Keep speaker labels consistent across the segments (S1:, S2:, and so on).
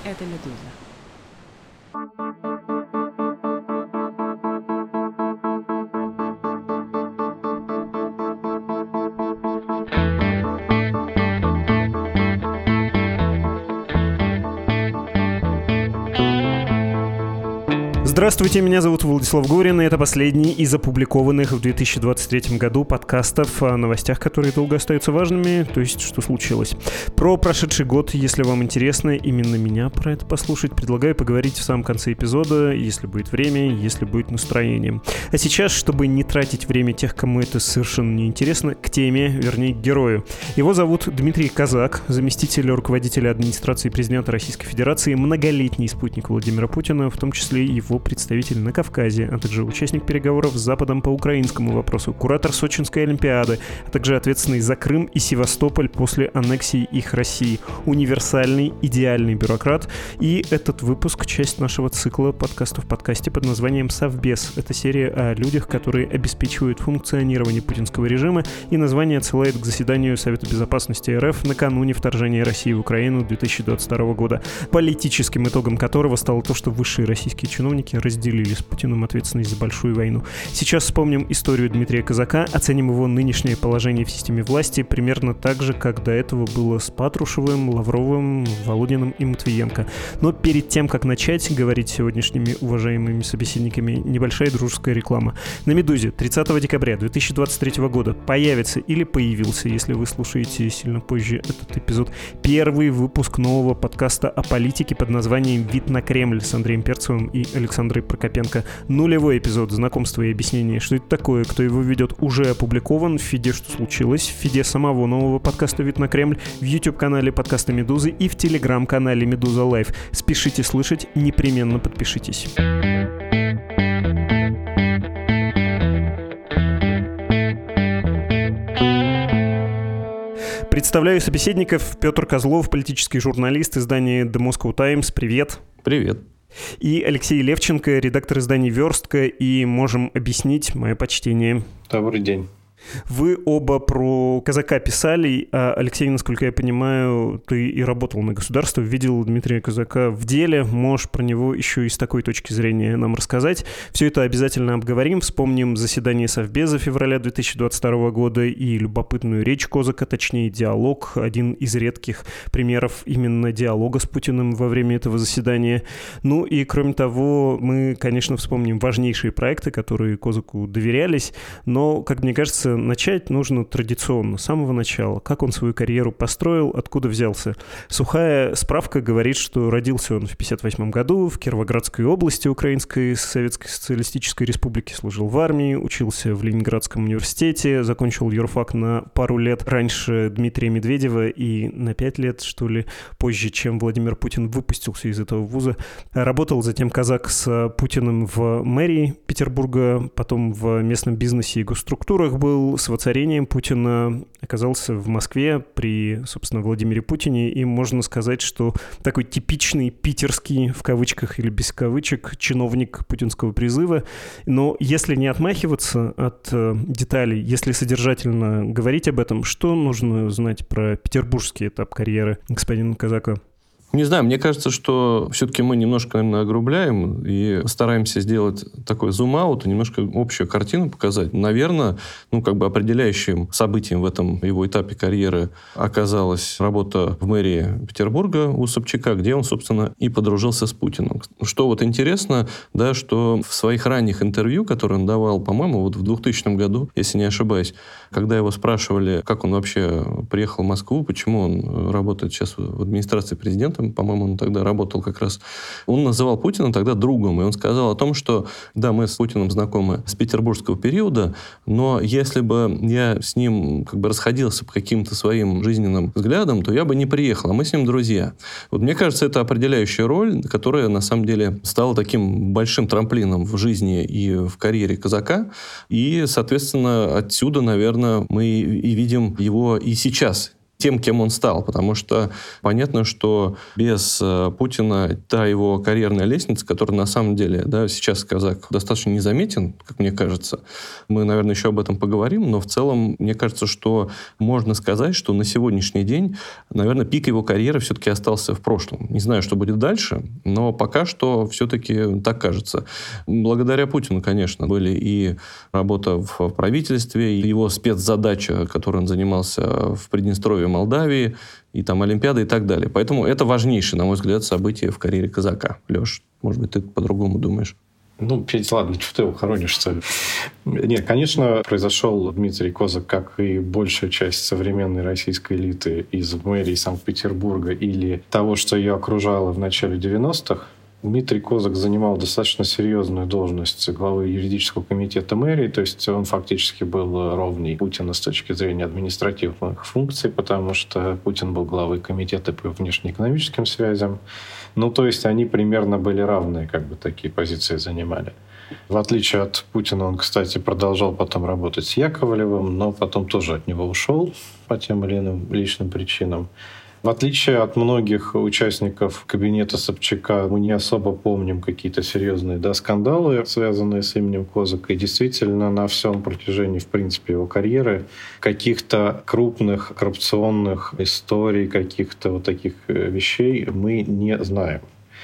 S1: Это «Медуза».
S2: Здравствуйте, меня зовут Владислав Горин, и это последний из опубликованных в 2023 году подкастов о новостях, которые долго остаются важными, то есть что случилось. Про прошедший год, если вам интересно именно меня про это послушать, предлагаю поговорить в самом конце эпизода, если будет время, если будет настроение. А сейчас, чтобы не тратить время тех, кому это совершенно не интересно, к теме, вернее, к герою. Его зовут Дмитрий Казак, заместитель руководителя администрации президента Российской Федерации, многолетний спутник Владимира Путина, в том числе его представитель на Кавказе, а также участник переговоров с Западом по украинскому вопросу, куратор Сочинской Олимпиады, а также ответственный за Крым и Севастополь после аннексии их России. Универсальный, идеальный бюрократ. И этот выпуск — часть нашего цикла подкастов в подкасте под названием «Совбез». Это серия о людях, которые обеспечивают функционирование путинского режима, и название отсылает к заседанию Совета Безопасности РФ накануне вторжения России в Украину 2022 года, политическим итогом которого стало то, что высшие российские чиновники разделили с Путиным ответственность за большую войну. Сейчас вспомним историю Дмитрия Казака, оценим его нынешнее положение в системе власти примерно так же, как до этого было с Патрушевым, Лавровым, Володиным и Матвиенко. Но перед тем, как начать говорить с сегодняшними уважаемыми собеседниками, небольшая дружеская реклама. На «Медузе» 30 декабря 2023 года появится или появился, если вы слушаете сильно позже этот эпизод, первый выпуск нового подкаста о политике под названием «Вид на Кремль» с Андреем Перцевым и Александрой Прокопенко. Нулевой эпизод знакомства и объяснения, что это такое, кто его ведет, уже опубликован в фиде «Что случилось?», в фиде самого нового подкаста «Вид на Кремль», в YouTube-канале подкаста «Медузы» и в Telegram-канале «Медуза Лайв». Спешите слышать, непременно подпишитесь. Представляю собеседников. Петр Козлов, политический журналист, издания The Moscow Times. Привет.
S3: Привет.
S2: И Алексей Левченко, редактор изданий «Верстка» и «Можем объяснить». Мое почтение.
S3: Добрый день.
S2: Вы оба про Казака писали, а Алексей, насколько я понимаю, ты и работал на государство, видел Дмитрия Казака в деле, можешь про него еще и с такой точки зрения нам рассказать. Все это обязательно обговорим, вспомним заседание Совбеза февраля 2022 года и любопытную речь Козака, точнее диалог, один из редких примеров именно диалога с Путиным во время этого заседания. Ну и кроме того, мы, конечно, вспомним важнейшие проекты, которые Козаку доверялись, но, как мне кажется, начать нужно традиционно, с самого начала. Как он свою карьеру построил, откуда взялся. Сухая справка говорит, что родился он в 1958 году в Кировоградской области Украинской Советской Социалистической Республики, служил в армии, учился в Ленинградском университете, закончил юрфак на пару лет раньше Дмитрия Медведева и на 5 лет, что ли, позже, чем Владимир Путин выпустился из этого вуза. Работал затем Казак с Путиным в мэрии Петербурга, потом в местном бизнесе и госструктурах был, с воцарением Путина оказался в Москве при, собственно, Владимире Путине, и можно сказать, что такой типичный питерский, в кавычках или без кавычек, чиновник путинского призыва. Но если не отмахиваться от деталей, если содержательно говорить об этом, что нужно знать про петербургский этап карьеры господина Казака?
S3: Не знаю, мне кажется, что все-таки мы немножко, наверное, огрубляем и стараемся сделать такой зум-аут и немножко общую картину показать. Наверное, определяющим событием в этом его этапе карьеры оказалась работа в мэрии Петербурга у Собчака, где он, собственно, и подружился с Путиным. Что вот интересно, да, что в своих ранних интервью, которые он давал, по-моему, вот в 2000 году, если не ошибаюсь, когда его спрашивали, как он вообще приехал в Москву, почему он работает сейчас в администрации президента, по-моему, он тогда работал как раз. Он называл Путина тогда другом, и он сказал о том, что да, мы с Путиным знакомы с петербургского периода, но если бы я с ним расходился по каким-то своим жизненным взглядам, то я бы не приехал, а мы с ним друзья. Вот мне кажется, это определяющая роль, которая на самом деле стала таким большим трамплином в жизни и в карьере Казака, и, соответственно, отсюда, наверное, мы и видим его и сейчас. тем, кем он стал. Потому что понятно, что без Путина та его карьерная лестница, которая на самом деле, да, сейчас казак достаточно незаметен, как мне кажется. Мы, наверное, еще об этом поговорим, но в целом, мне кажется, что можно сказать, что на сегодняшний день, наверное, пик его карьеры все-таки остался в прошлом. Не знаю, что будет дальше, но пока что все-таки так кажется. Благодаря Путину, конечно, были и работа в правительстве, и его спецзадача, которой он занимался в Приднестровье Молдавии, и там Олимпиада и так далее. Поэтому это важнейшее, на мой взгляд, событие в карьере казака. Леш, может быть, ты по-другому думаешь?
S1: Петь, ладно, что ты его хоронишь, что ли? Нет, конечно, произошел Дмитрий Козак, как и большая часть современной российской элиты из мэрии Санкт-Петербурга или того, что ее окружало в начале 90-х. Дмитрий Козак занимал достаточно серьезную должность главы юридического комитета мэрии, то есть он фактически был ровней Путина с точки зрения административных функций, потому что Путин был главой комитета по внешнеэкономическим связям. То есть они примерно были равные, такие позиции занимали. В отличие от Путина, он, кстати, продолжал потом работать с Яковлевым, но потом тоже от него ушел по тем или иным личным причинам. В отличие от многих участников кабинета Собчака, мы не особо помним какие-то серьезные скандалы, связанные с именем Козака. И действительно, на всем протяжении, в принципе, его карьеры каких-то крупных коррупционных историй, каких-то таких вещей мы не знаем.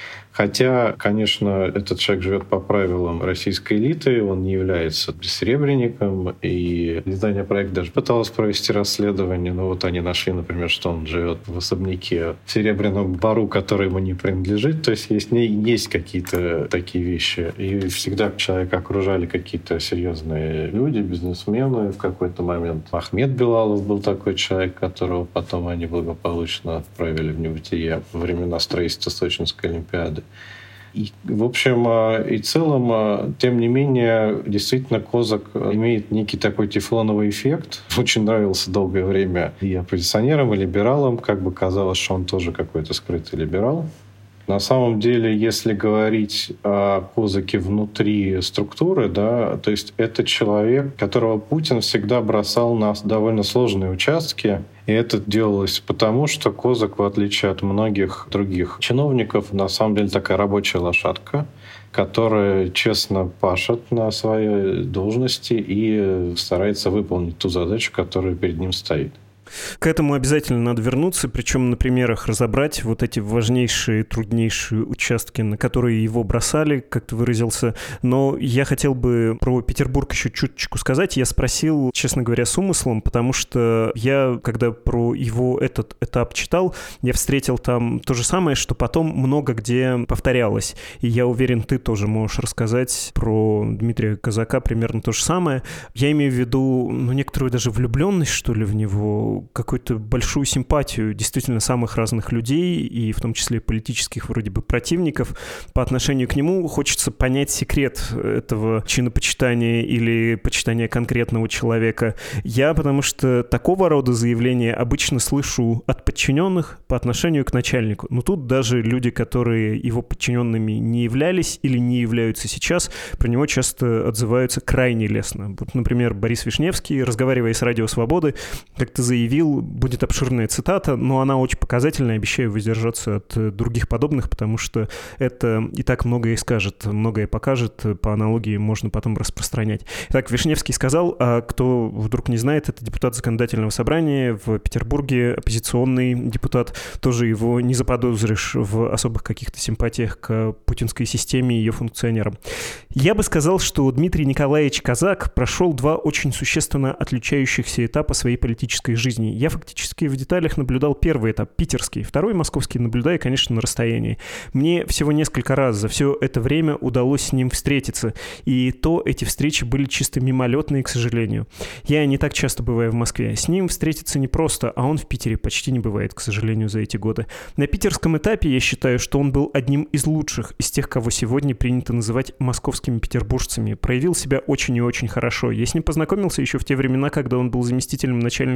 S1: Хотя, конечно, этот человек живет по правилам российской элиты, он не является бессеребренником, и издание «Проект» даже пыталось провести расследование, но они нашли, например, что он живет в особняке в Серебряном Бару, который ему не принадлежит, то есть есть какие-то такие вещи. И всегда человека окружали какие-то серьезные люди, бизнесмены в какой-то момент. Ахмед Белалов был такой человек, которого потом они благополучно отправили в небытие во времена строительства Сочинской Олимпиады. И, в общем и целом, тем не менее, действительно, Козак имеет некий такой тефлоновый эффект. Очень нравился долгое время и оппозиционерам, и либералам. Казалось, что он тоже какой-то скрытый либерал. На самом деле, если говорить о Козаке внутри структуры, то есть это человек, которого Путин всегда бросал на довольно сложные участки. И это делалось потому, что Козак, в отличие от многих других чиновников, на самом деле такая рабочая лошадка, которая честно пашет на своей должности и старается выполнить ту задачу, которая перед ним стоит.
S2: К этому обязательно надо вернуться, причем на примерах разобрать вот эти важнейшие, труднейшие участки, на которые его бросали, как ты выразился. Но я хотел бы про Петербург еще чуточку сказать. Я спросил, честно говоря, с умыслом, потому что я, когда про его этот этап читал, я встретил там то же самое, что потом много где повторялось. И я уверен, ты тоже можешь рассказать про Дмитрия Козака примерно то же самое. Я имею в виду, некоторую даже влюбленность, что ли, в него, какую-то большую симпатию действительно самых разных людей, и в том числе политических вроде бы противников. По отношению к нему хочется понять секрет этого чинопочитания или почитания конкретного человека. Потому что такого рода заявления обычно слышу от подчиненных по отношению к начальнику. Но тут даже люди, которые его подчиненными не являлись или не являются сейчас, про него часто отзываются крайне лестно. Например, Борис Вишневский, разговаривая с «Радио Свободы», как-то заявил, будет обширная цитата, но она очень показательная, обещаю воздержаться от других подобных, потому что это и так многое скажет, многое покажет, по аналогии можно потом распространять. Итак, Вишневский сказал, а кто вдруг не знает, это депутат Законодательного собрания в Петербурге, оппозиционный депутат, тоже его не заподозришь в особых каких-то симпатиях к путинской системе и ее функционерам. Я бы сказал, что Дмитрий Николаевич Козак прошел два очень существенно отличающихся этапа своей политической жизни. Я фактически в деталях наблюдал первый этап, питерский, второй московский наблюдаю, конечно, на расстоянии. Мне всего несколько раз за все это время удалось с ним встретиться, и то эти встречи были чисто мимолетные, к сожалению. Я не так часто бываю в Москве. С ним встретиться непросто, а он в Питере почти не бывает, к сожалению, за эти годы. На питерском этапе я считаю, что он был одним из лучших из тех, кого сегодня принято называть московскими петербуржцами. Проявил себя очень и очень хорошо. Я с ним познакомился еще в те времена, когда он был заместителем начальника юридического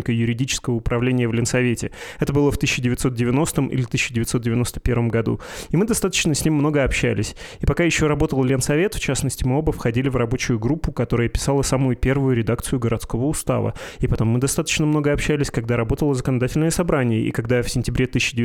S2: политического управления в Ленсовете. Это было в 1990 или 1991 году. И мы достаточно с ним много общались. И пока еще работал Ленсовет, в частности, мы оба входили в рабочую группу, которая писала самую первую редакцию городского устава. И потом мы достаточно много общались, когда работало законодательное собрание, и когда в сентябре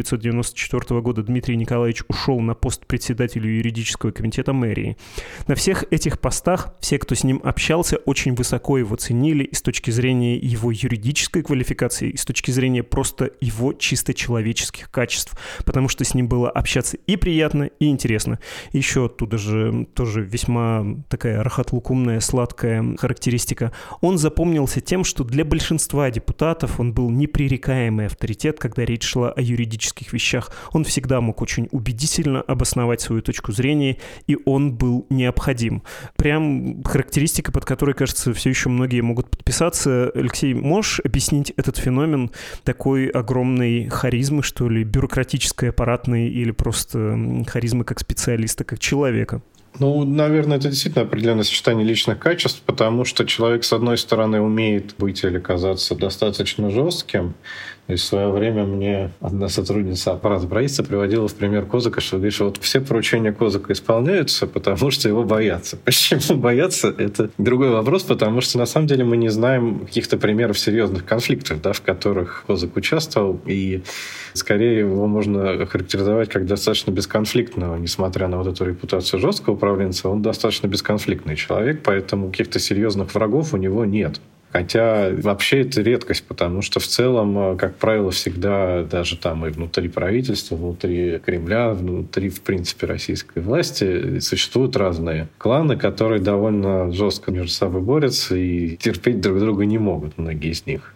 S2: 1994 года Дмитрий Николаевич ушел на пост председателя юридического комитета мэрии. На всех этих постах все, кто с ним общался, очень высоко его ценили и с точки зрения его юридической квалификации, и с точки зрения просто его чисто человеческих качеств, потому что с ним было общаться и приятно, и интересно. И еще оттуда же тоже весьма такая рахат-лукумная, сладкая характеристика. Он запомнился тем, что для большинства депутатов он был непререкаемый авторитет, когда речь шла о юридических вещах. Он всегда мог очень убедительно обосновать свою точку зрения, и он был необходим. Прям характеристика, под которой, кажется, все еще многие могут подписаться. Алексей, можешь объяснить этот феномен такой огромной харизмы, что ли, бюрократической, аппаратной, или просто харизмы как специалиста, как человека?
S1: Ну, наверное, это действительно определенное сочетание личных качеств, потому что человек, с одной стороны, умеет быть или казаться достаточно жестким. То есть в свое время мне одна сотрудница аппарата правительства приводила в пример Козака, что говорит, что вот все поручения Козака исполняются, потому что его боятся. Почему боятся? Это другой вопрос, потому что на самом деле мы не знаем каких-то примеров серьезных конфликтов, да, в которых Козак участвовал, и скорее его можно характеризовать как достаточно бесконфликтного, несмотря на вот эту репутацию жесткого управленца, он достаточно бесконфликтный человек, поэтому каких-то серьезных врагов у него нет. Хотя вообще это редкость, потому что в целом, как правило, всегда даже там и внутри правительства, внутри Кремля, внутри, в принципе, российской власти существуют разные кланы, которые довольно жестко между собой борются и терпеть друг друга не могут, многие из них.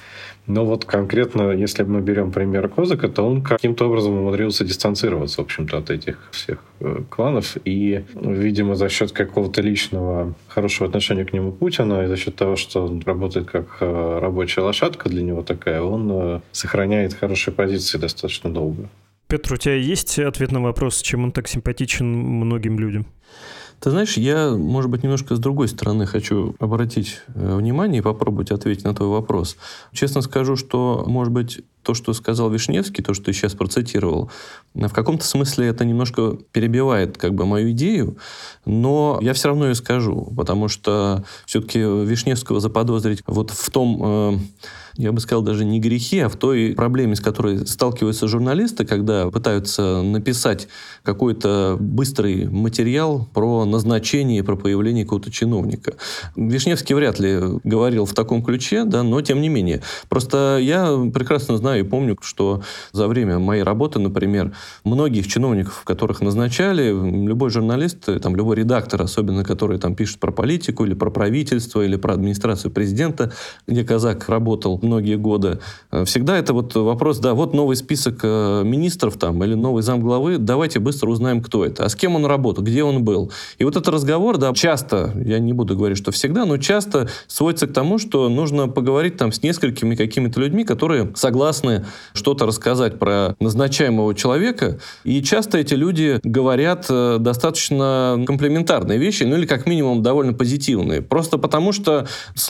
S1: Но вот конкретно, если мы берем пример Козака, то он каким-то образом умудрился дистанцироваться, в общем-то, от этих всех кланов. И, видимо, за счет какого-то личного хорошего отношения к нему Путина и за счет того, что он работает как рабочая лошадка для него такая, он сохраняет хорошие позиции достаточно долго.
S2: Петр, у тебя есть ответ на вопрос, чем он так симпатичен многим людям?
S3: Ты знаешь, я, может быть, немножко с другой стороны хочу обратить внимание и попробовать ответить на твой вопрос. Честно скажу, что, может быть, то, что сказал Вишневский, то, что ты сейчас процитировал, в каком-то смысле это немножко перебивает как бы мою идею, но я все равно ее скажу, потому что все-таки Вишневского заподозрить вот в том... я бы сказал, даже не грехи, а в той проблеме, с которой сталкиваются журналисты, когда пытаются написать какой-то быстрый материал про назначение, про появление какого-то чиновника. Вишневский вряд ли говорил в таком ключе, да, но тем не менее. Просто я прекрасно знаю и помню, что за время моей работы, например, многих чиновников, которых назначали, любой журналист, там, любой редактор, особенно который там пишет про политику или про правительство, или про администрацию президента, где Казак работал многие годы. Всегда это вот вопрос, да, вот новый список министров там или новый замглавы, давайте быстро узнаем, кто это, а с кем он работал, где он был. И вот этот разговор, да, часто, я не буду говорить, что всегда, но часто сводится к тому, что нужно поговорить там с несколькими какими-то людьми, которые согласны что-то рассказать про назначаемого человека, и часто эти люди говорят достаточно комплиментарные вещи, ну или как минимум довольно позитивные, просто потому что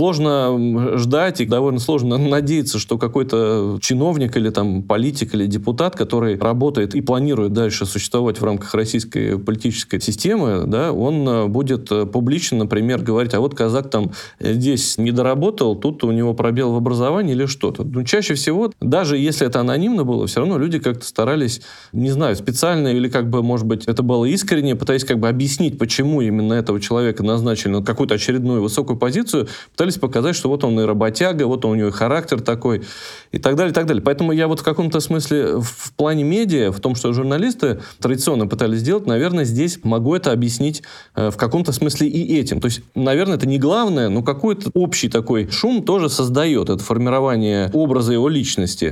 S3: сложно ждать и довольно сложно надеяться, что какой-то чиновник или там политик или депутат, который работает и планирует дальше существовать в рамках российской политической системы, да, он будет публично, например, говорить, а вот Казак там здесь не доработал, тут у него пробел в образовании или что-то. Ну, чаще всего, даже если это анонимно было, все равно люди как-то старались, не знаю, специально или как бы, может быть, это было искренне, пытаясь как бы объяснить, почему именно этого человека назначили на какую-то очередную высокую позицию, пытались показать, что вот он и работяга, вот у него и характер такой, и так далее, и так далее. Поэтому я вот в каком-то смысле в плане медиа, в том, что журналисты традиционно пытались сделать, наверное, здесь могу это объяснить в каком-то смысле и этим. То есть, наверное, это не главное, но какой-то общий такой шум тоже создает это формирование образа его личности.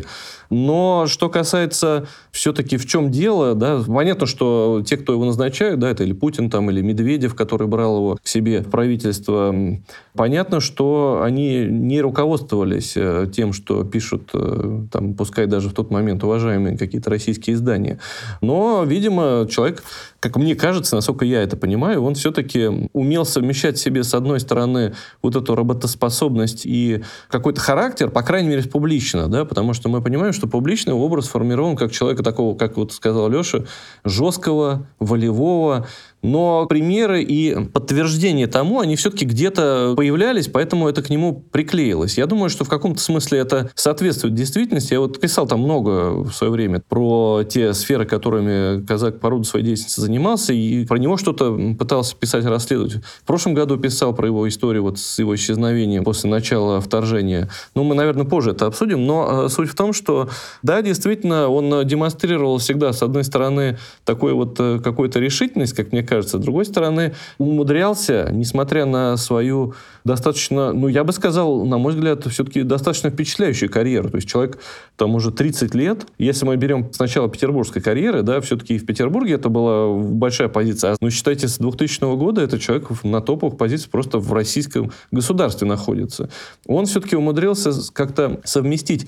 S3: Но что касается все-таки в чем дело, да, понятно, что те, кто его назначают, да, это или Путин там, или Медведев, который брал его к себе в правительство, понятно, что они не руководствовались тем, что пишут, там, пускай даже в тот момент уважаемые какие-то российские издания. Но, видимо, человек, как мне кажется, насколько я это понимаю, он все-таки умел совмещать в себе, с одной стороны, вот эту работоспособность и какой-то характер, по крайней мере, публично, да, потому что мы понимаем, что публичный образ сформирован как человека такого, как вот сказал Леша, жесткого, волевого, но примеры и подтверждения тому, они все-таки где-то появлялись, поэтому это к нему приклеилось. Я думаю, что в каком-то смысле это соответствует действительности. Я вот писал там много в свое время про те сферы, которыми Казак по роду своей деятельности занимался, и про него что-то пытался писать, расследовать. В прошлом году писал про его историю вот с его исчезновением после начала вторжения. Ну, мы, наверное, позже это обсудим, но суть в том, что, да, действительно, он демонстрировал всегда, с одной стороны, такой вот какую-то решительность, как мне кажется, с другой стороны, умудрялся, несмотря на свою достаточно, ну, я бы сказал, на мой взгляд, все-таки достаточно впечатляющую карьеру. То есть человек там уже 30 лет. Если мы берем сначала петербургской карьеры, да, все-таки и в Петербурге это была большая позиция. Ну, считайте, с 2000 года этот человек на топовых позициях просто в российском государстве находится. Он все-таки умудрился как-то совместить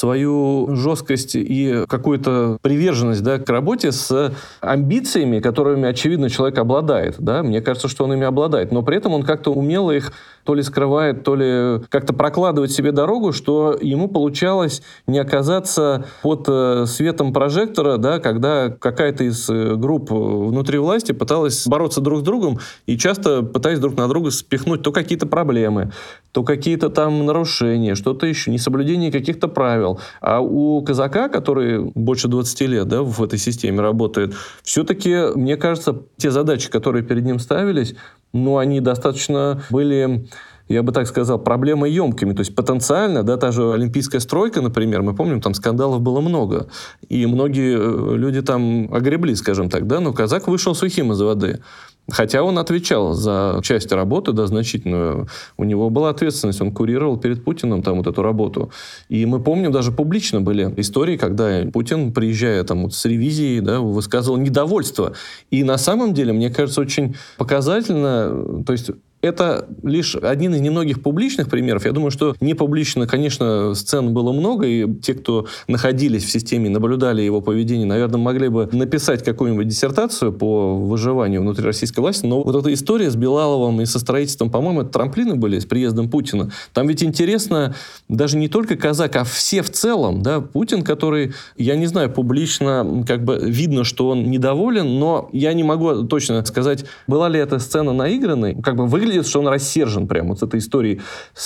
S3: свою жесткость и какую-то приверженность, да, к работе с амбициями, которыми, очевидно, человек обладает. Да? Мне кажется, что он ими обладает. Но при этом он как-то умело их то ли скрывает, то ли как-то прокладывает себе дорогу, что ему получалось не оказаться под светом прожектора, да, когда какая-то из групп внутри власти пыталась бороться друг с другом и часто пытаясь друг на друга спихнуть то какие-то проблемы, то какие-то там нарушения, что-то еще, несоблюдение каких-то правил. А у Казака, который больше 20 лет, да, в этой системе работает, все-таки, мне кажется, те задачи, которые перед ним ставились, ну, они достаточно были, я бы так сказал, проблемоемкими. То есть потенциально, да, та же олимпийская стройка, например, мы помним, там скандалов было много. И многие люди там огребли, скажем так, да, но Казак вышел сухим из воды. Хотя он отвечал за часть работы, да, значительную. У него была ответственность, он курировал перед Путиным там вот эту работу. И мы помним, даже публично были истории, когда Путин, приезжая там вот с ревизией, да, высказывал недовольство. И на самом деле, мне кажется, очень показательно, то есть это лишь один из немногих публичных примеров. Я думаю, что не публично, конечно, сцен было много, и те, кто находились в системе, наблюдали его поведение, наверное, могли бы написать какую-нибудь диссертацию по выживанию внутри российской власти. Но вот эта история с Билаловым и со строительством, по-моему, это трамплины были с приездом Путина. Там ведь интересно даже не только Казак, а все в целом. Да? Путин, который, я не знаю, публично как бы видно, что он недоволен, но я не могу точно сказать, была ли эта сцена наигранной. Как бы выглядит, что он рассержен прямо вот с этой историей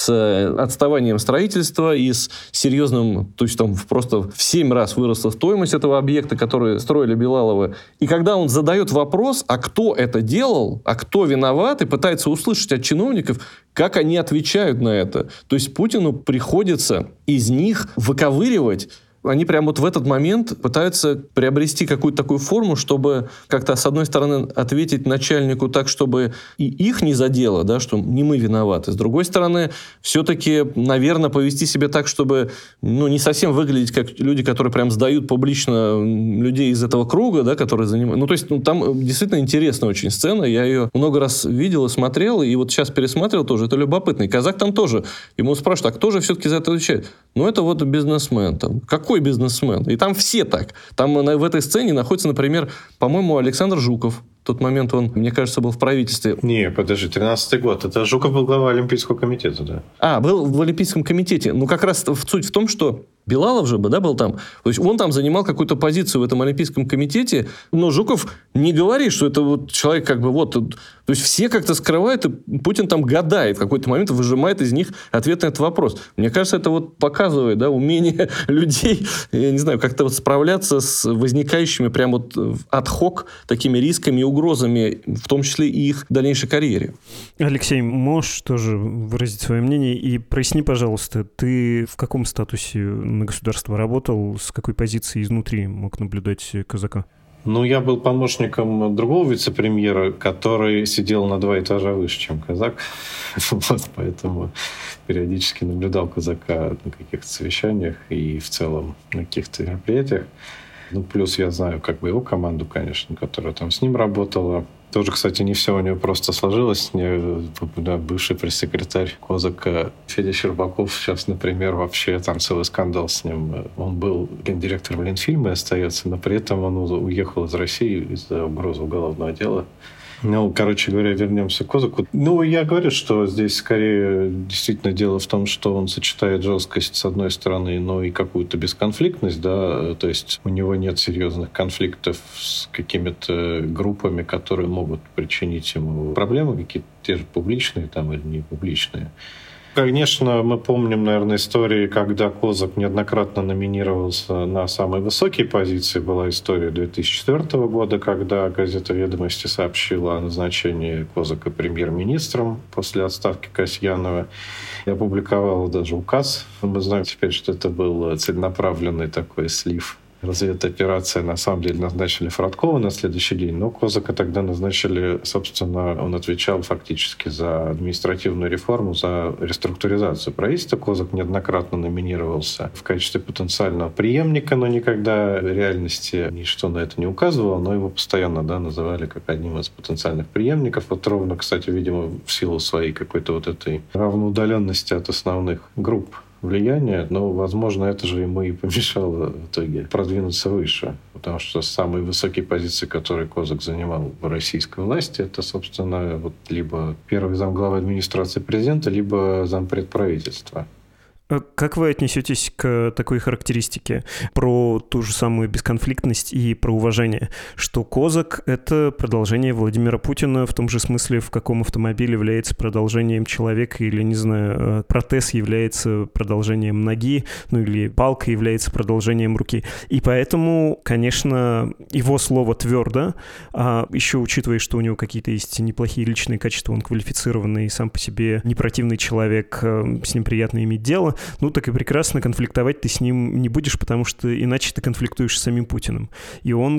S3: с отставанием строительства и с серьезным, то есть там просто в 7 раз выросла стоимость этого объекта, который строили Билаловы. И когда он задает вопрос, а кто это делал, а кто виноват, и пытается услышать от чиновников, как они отвечают на это. То есть Путину приходится из них выковыривать. Они прямо вот в этот момент пытаются приобрести какую-то такую форму, чтобы как-то, с одной стороны, ответить начальнику так, чтобы и их не задело, да, что не мы виноваты. С другой стороны, все-таки, наверное, повести себя так, чтобы, ну, не совсем выглядеть как люди, которые прям сдают публично людей из этого круга, да, которые занимают. Ну, то есть, ну, там действительно интересная очень сцена. Я ее много раз видел и смотрел, и вот сейчас пересматривал тоже. Это любопытно. И Казак там тоже. Ему спрашивают, а кто же все-таки за это отвечает? Ну, это вот бизнесмен там. Какой бизнесмен? И там все так. Там в этой сцене находится, например, по-моему, Александр Жуков. В тот момент он, мне кажется, был в правительстве.
S1: Не, подожди, 13-й год. Это Жуков был глава Олимпийского комитета, да?
S3: А, был в Олимпийском комитете. Ну, как раз суть в том, что Билалов же, да, был там. То есть он там занимал какую-то позицию в этом Олимпийском комитете, но Жуков не говорит, что это вот человек как бы вот... То есть все как-то скрывают, и Путин там гадает, в какой-то момент выжимает из них ответ на этот вопрос. Мне кажется, это вот показывает, да, умение людей, я не знаю, как-то вот справляться с возникающими прям вот ад-хок такими рисками и угрозами, в том числе и их дальнейшей карьере.
S2: Алексей, можешь тоже выразить свое мнение? И проясни, пожалуйста, ты в каком статусе на государство работал, с какой позиции изнутри мог наблюдать Казака?
S1: Ну, я был помощником другого вице-премьера, который сидел на 2 этажа выше, чем Козак. Вот, поэтому периодически наблюдал Козака на каких-то совещаниях и в целом на каких-то мероприятиях. Ну, плюс я знаю его команду, конечно, которая там с ним работала. Тоже, кстати, не все у него просто сложилось. Бывший пресс-секретарь Козака Федя Щербаков сейчас, например, вообще там целый скандал с ним. Он был гендиректором Ленфильма и остается, но при этом он уехал из России из-за угрозы уголовного дела. Короче говоря, вернемся к Козаку. Я говорю, что здесь скорее действительно дело в том, что он сочетает жесткость с одной стороны, но и какую-то бесконфликтность, да, то есть у него нет серьезных конфликтов с какими-то группами, которые могут причинить ему проблемы, какие-то те же публичные там или не публичные. Конечно, мы помним, наверное, истории, когда Козак неоднократно номинировался на самые высокие позиции. Была история 2004 года, когда газета «Ведомости» сообщила о назначении Козака премьер-министром после отставки Касьянова и опубликовала даже указ. Мы знаем теперь, что это был целенаправленный такой слив. Разведоперация, на самом деле, назначили Фродкова на следующий день, но Козака тогда назначили, собственно, он отвечал фактически за административную реформу, за реструктуризацию правительства. Козак неоднократно номинировался в качестве потенциального преемника, но никогда в реальности ничто на это не указывало, но его постоянно называли как одним из потенциальных преемников. Вот ровно, кстати, видимо, в силу своей какой-то этой равноудаленности от основных групп влияния, но, возможно, это же ему и помешало в итоге продвинуться выше. Потому что самые высокие позиции, которые Козак занимал в российской власти, это, собственно, либо первый замглавы администрации президента, либо зампред правительства.
S2: Как вы отнесетесь к такой характеристике про ту же самую бесконфликтность и про уважение, что Козак — это продолжение Владимира Путина в том же смысле, в каком автомобиль является продолжением человека или, не знаю, протез является продолжением ноги, или палка является продолжением руки. И поэтому, конечно, его слово твердо, а еще учитывая, что у него какие-то есть неплохие личные качества, он квалифицированный, сам по себе непротивный человек, с ним приятно иметь дело, так и прекрасно конфликтовать ты с ним не будешь, потому что иначе ты конфликтуешь с самим Путиным. И он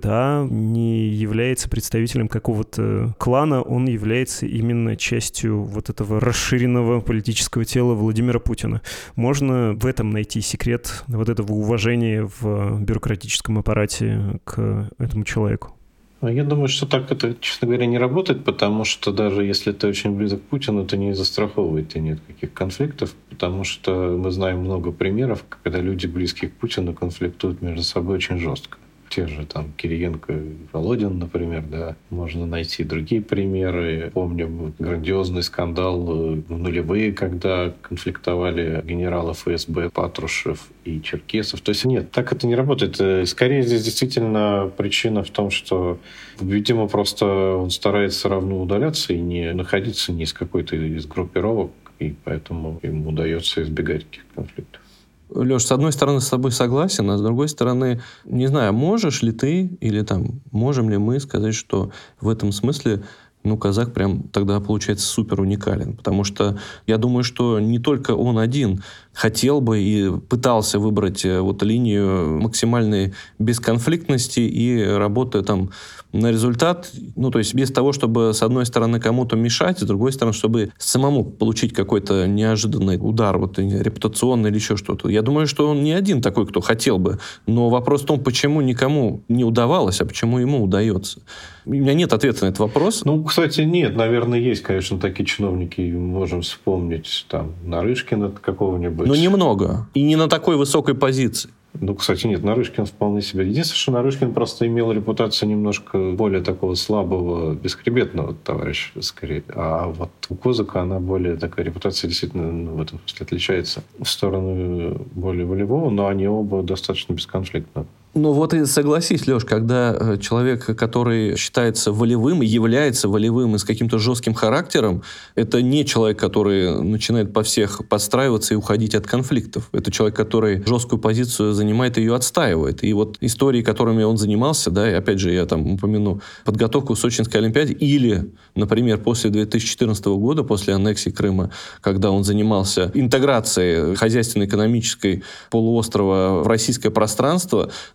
S2: не является представителем какого-то клана, он является именно частью этого расширенного политического тела Владимира Путина. Можно в этом найти секрет этого уважения в бюрократическом аппарате к этому человеку.
S1: Я думаю, что так это, честно говоря, не работает, потому что даже если ты очень близок к Путину, это не застраховывает и нет каких конфликтов, потому что мы знаем много примеров, когда люди, близкие к Путину, конфликтуют между собой очень жестко. Те же Кириенко и Володин, например, да. Можно найти другие примеры. Помним грандиозный скандал в нулевые, когда конфликтовали генералы ФСБ Патрушев и Черкесов. То есть нет, так это не работает. Скорее здесь действительно причина в том, что, видимо, просто он старается равно удаляться и не находиться ни с какой-то из группировок, и поэтому ему удается избегать таких конфликтов.
S3: Леш, с одной стороны, с тобой согласен, а с другой стороны, не знаю, можешь ли ты или можем ли мы сказать, что в этом смысле Козак прям тогда получается супер уникален. Потому что я думаю, что не только он один хотел бы и пытался выбрать линию максимальной бесконфликтности и работы на результат, то есть без того, чтобы с одной стороны кому-то мешать, с другой стороны, чтобы самому получить какой-то неожиданный удар, репутационный или еще что-то. Я думаю, что он не один такой, кто хотел бы. Но вопрос в том, почему никому не удавалось, а почему ему удается. У меня нет ответа на этот вопрос.
S1: Кстати, нет. Наверное, есть, конечно, такие чиновники. Можем вспомнить Нарышкина какого-нибудь.
S3: Но немного. И не на такой высокой позиции.
S1: Кстати, нет, Нарышкин вполне себе. Единственное, что Нарышкин просто имел репутацию немножко более такого слабого, бесхребетного товарища, скорее. А у Козака она более такая репутация действительно в этом смысле отличается в сторону более волевого, но они оба достаточно бесконфликтны.
S3: И согласись, Леш, когда человек, который считается волевым и является волевым и с каким-то жестким характером, это не человек, который начинает по всех подстраиваться и уходить от конфликтов. Это человек, который жесткую позицию занимает и ее отстаивает. И истории, которыми он занимался, и опять же я упомяну подготовку к Сочинской Олимпиаде или, например, после 2014 года, после аннексии Крыма, когда он занимался интеграцией хозяйственно-экономической полуострова в российское пространство,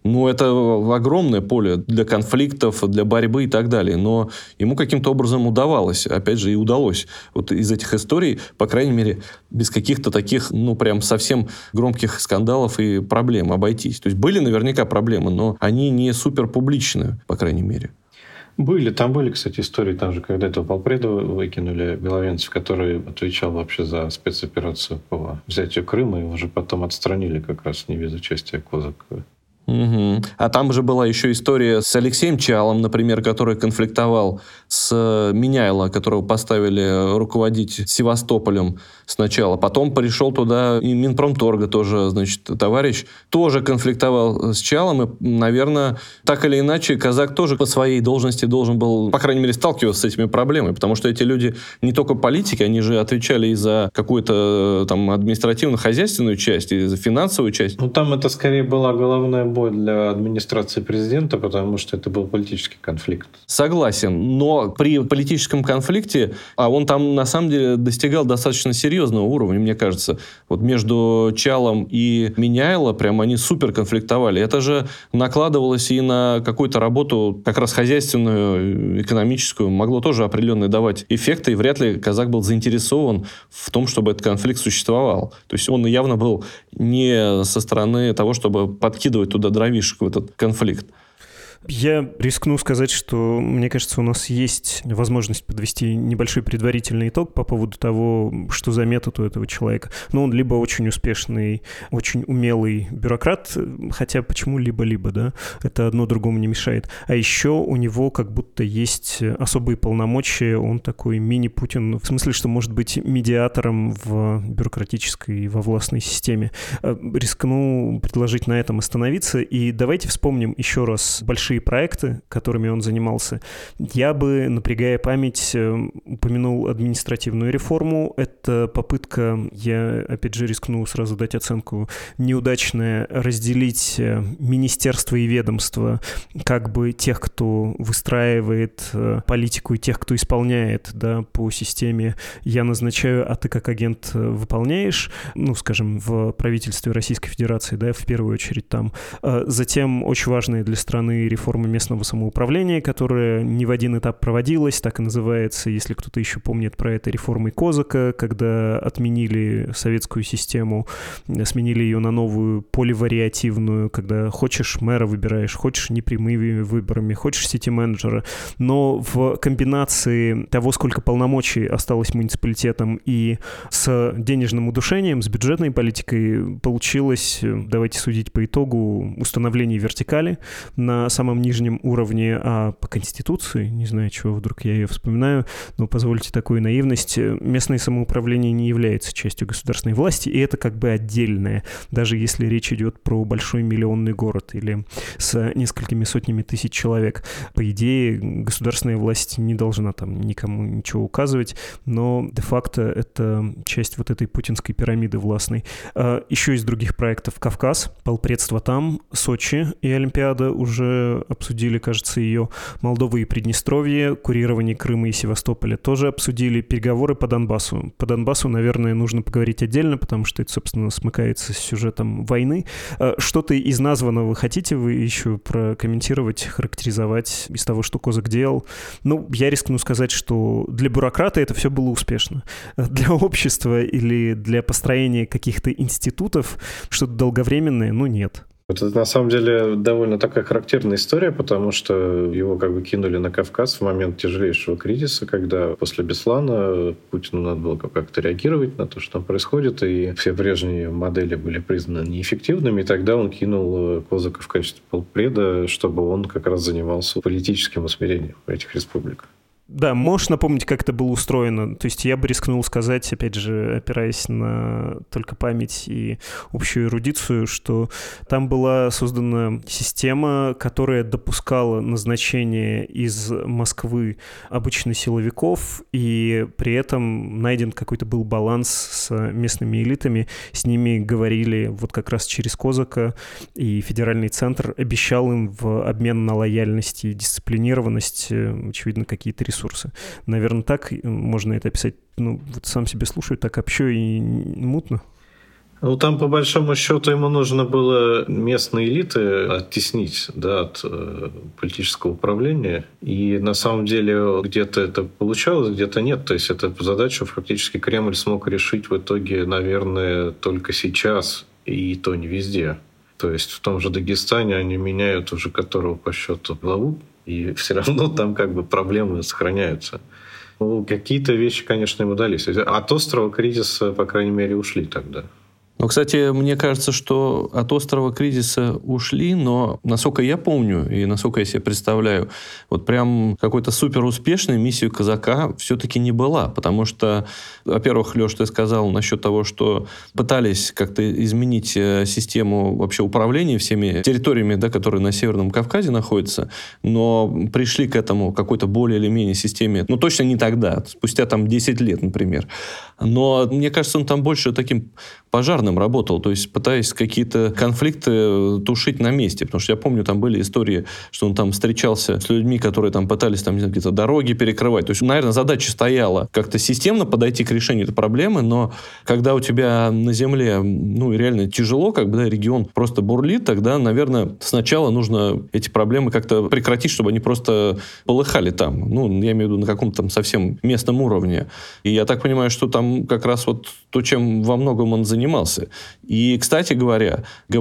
S3: это огромное поле для конфликтов, для борьбы и так далее. Но ему каким-то образом удавалось, опять же, и удалось вот из этих историй, по крайней мере, без каких-то таких, прям совсем громких скандалов и проблем обойтись. То есть были наверняка проблемы, но они не супер публичные, по крайней мере.
S1: Там были, кстати, истории, там же, когда этого полпреда выкинули, Беловенцев, который отвечал вообще за спецоперацию по взятию Крыма, его же потом отстранили как раз не без участия Козака.
S3: Угу. А там же была еще история с Алексеем Чалом, например, который конфликтовал с Меняйло, которого поставили руководить Севастополем сначала. Потом пришел туда и Минпромторга тоже, товарищ, тоже конфликтовал с Чалом. И, наверное, так или иначе, Козак тоже по своей должности должен был, по крайней мере, сталкиваться с этими проблемами. Потому что эти люди не только политики, они же отвечали и за какую-то там административно-хозяйственную часть, и за финансовую часть.
S1: Там это скорее была головная боль для администрации президента, потому что это был политический конфликт.
S3: Согласен, но при политическом конфликте, он там на самом деле достигал достаточно серьезного уровня, мне кажется. Вот между Чалом и Меняйло прям они супер конфликтовали. Это же накладывалось и на какую-то работу, как раз хозяйственную, экономическую, могло тоже определенные давать эффекты, и вряд ли Козак был заинтересован в том, чтобы этот конфликт существовал. То есть он явно был не со стороны того, чтобы подкидывать туда дровишек в этот конфликт.
S2: Я рискну сказать, что, мне кажется, у нас есть возможность подвести небольшой предварительный итог по поводу того, что за метод у этого человека. Он либо очень успешный, очень умелый бюрократ, хотя почему либо-либо, да? Это одно другому не мешает. А еще у него как будто есть особые полномочия, он такой мини-Путин, в смысле, что может быть медиатором в бюрократической, во властной системе. Рискну предложить на этом остановиться, и давайте вспомним еще раз большие проекты, которыми он занимался. Я бы, напрягая память, упомянул административную реформу. Это попытка, я опять же рискну сразу дать оценку, неудачная, разделить министерство и ведомство, как бы тех, кто выстраивает политику, и тех, кто исполняет, да, по системе «я назначаю, а ты как агент выполняешь», скажем, в правительстве Российской Федерации, да, в первую очередь там. Затем очень важные для страны реформа местного самоуправления, которая не в один этап проводилась, так и называется, если кто-то еще помнит про это, реформой Козака, когда отменили советскую систему, сменили ее на новую поливариативную, когда хочешь мэра выбираешь, хочешь непрямыми выборами, хочешь сити-менеджера, но в комбинации того, сколько полномочий осталось муниципалитетам и с денежным удушением, с бюджетной политикой получилось, давайте судить по итогу, установление вертикали на самом нижнем уровне, а по Конституции, не знаю, чего вдруг я ее вспоминаю, но позвольте такую наивность, местное самоуправление не является частью государственной власти, и это как бы отдельное, даже если речь идет про большой миллионный город или с несколькими сотнями тысяч человек. По идее, государственная власть не должна там никому ничего указывать, но де-факто это часть вот этой путинской пирамиды властной. Еще из других проектов Кавказ, полпредство там, Сочи и Олимпиада уже обсудили, кажется, ее, Молдова и Приднестровье, курирование Крыма и Севастополя тоже обсудили, переговоры по Донбассу. По Донбассу, наверное, нужно поговорить отдельно, потому что это, собственно, смыкается с сюжетом войны. Что-то из названного вы хотите вы еще прокомментировать, характеризовать из того, что Козак делал? Я рискну сказать, что для бюрократа это все было успешно. Для общества или для построения каких-то институтов что-то долговременное, нет.
S1: Это на самом деле довольно такая характерная история, потому что его как бы кинули на Кавказ в момент тяжелейшего кризиса, когда после Беслана Путину надо было как-то реагировать на то, что там происходит, и все прежние модели были признаны неэффективными, и тогда он кинул Козака в качестве полпреда, чтобы он как раз занимался политическим усмирением этих республик.
S2: Да, можешь напомнить, как это было устроено? То есть я бы рискнул сказать, опять же, опираясь на только память и общую эрудицию, что там была создана система, которая допускала назначение из Москвы обычно силовиков, и при этом найден какой-то был баланс с местными элитами. С ними говорили вот как раз через Козака, и федеральный центр обещал им в обмен на лояльность и дисциплинированность, очевидно, какие-то ресурсы. Наверное, так можно это описать. Вот сам себе слушаю, так общо и мутно.
S1: Ну, там, по большому счету, ему нужно было местные элиты оттеснить, да, от политического управления. И на самом деле где-то это получалось, где-то нет. То есть эту задачу фактически Кремль смог решить в итоге, наверное, только сейчас, и то не везде. То есть в том же Дагестане они меняют уже которого по счету главу, и все равно там как бы проблемы сохраняются. Ну, какие-то вещи, конечно, им удались. От острого кризиса, по крайней мере, ушли тогда.
S3: Ну, кстати, мне кажется, что от острого кризиса ушли, но, насколько я помню и насколько я себе представляю, вот прям какой-то суперуспешной миссии казака все-таки не была. Потому что, во-первых, Леш, ты сказал насчет того, что пытались как-то изменить систему вообще управления всеми территориями, да, которые на Северном Кавказе находятся, но пришли к этому какой-то более или менее системе, ну, точно не тогда, спустя там 10 лет, например. Но мне кажется, он там больше таким пожарным работал, то есть пытаясь какие-то конфликты тушить на месте. Потому что я помню, там были истории, что он там встречался с людьми, которые там пытались там, какие-то дороги перекрывать. То есть, наверное, задача стояла как-то системно подойти к решению этой проблемы, но когда у тебя на земле, ну, реально тяжело, как бы, да, регион просто бурлит, тогда, наверное, сначала нужно эти проблемы как-то прекратить, чтобы они просто полыхали там. Ну, я имею в виду на каком-то там совсем местном уровне. И я так понимаю, что там как раз вот то, чем во многом он занимался. И, кстати говоря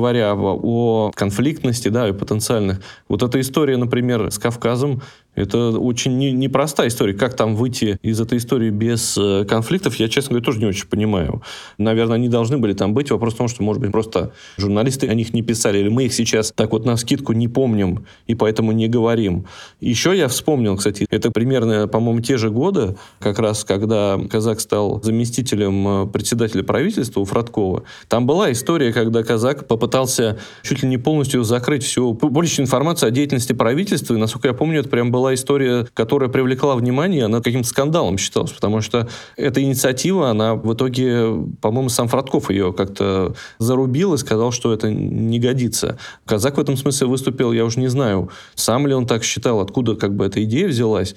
S3: о конфликтности, да, и потенциальных, вот эта история, например, с Кавказом, это очень непростая история. Как там выйти из этой истории без конфликтов, я, честно говоря, тоже не очень понимаю. Наверное, они должны были там быть. Вопрос в том, что, может быть, просто журналисты о них не писали, или мы их сейчас так вот навскидку не помним, и поэтому не говорим. Еще я вспомнил, кстати, это примерно, по-моему, те же годы, как раз когда казак стал заместителем председателя правительства у Фродкова. Там была история, когда казак попытался чуть ли не полностью закрыть всю публичную информацию о деятельности правительства, и, насколько я помню, это прям была история, которая привлекла внимание, она каким-то скандалом считалась, потому что эта инициатива, она в итоге, по-моему, сам Фродков ее как-то зарубил и сказал, что это не годится. Казак в этом смысле выступил, я уже не знаю, сам ли он так считал, откуда как бы эта идея взялась,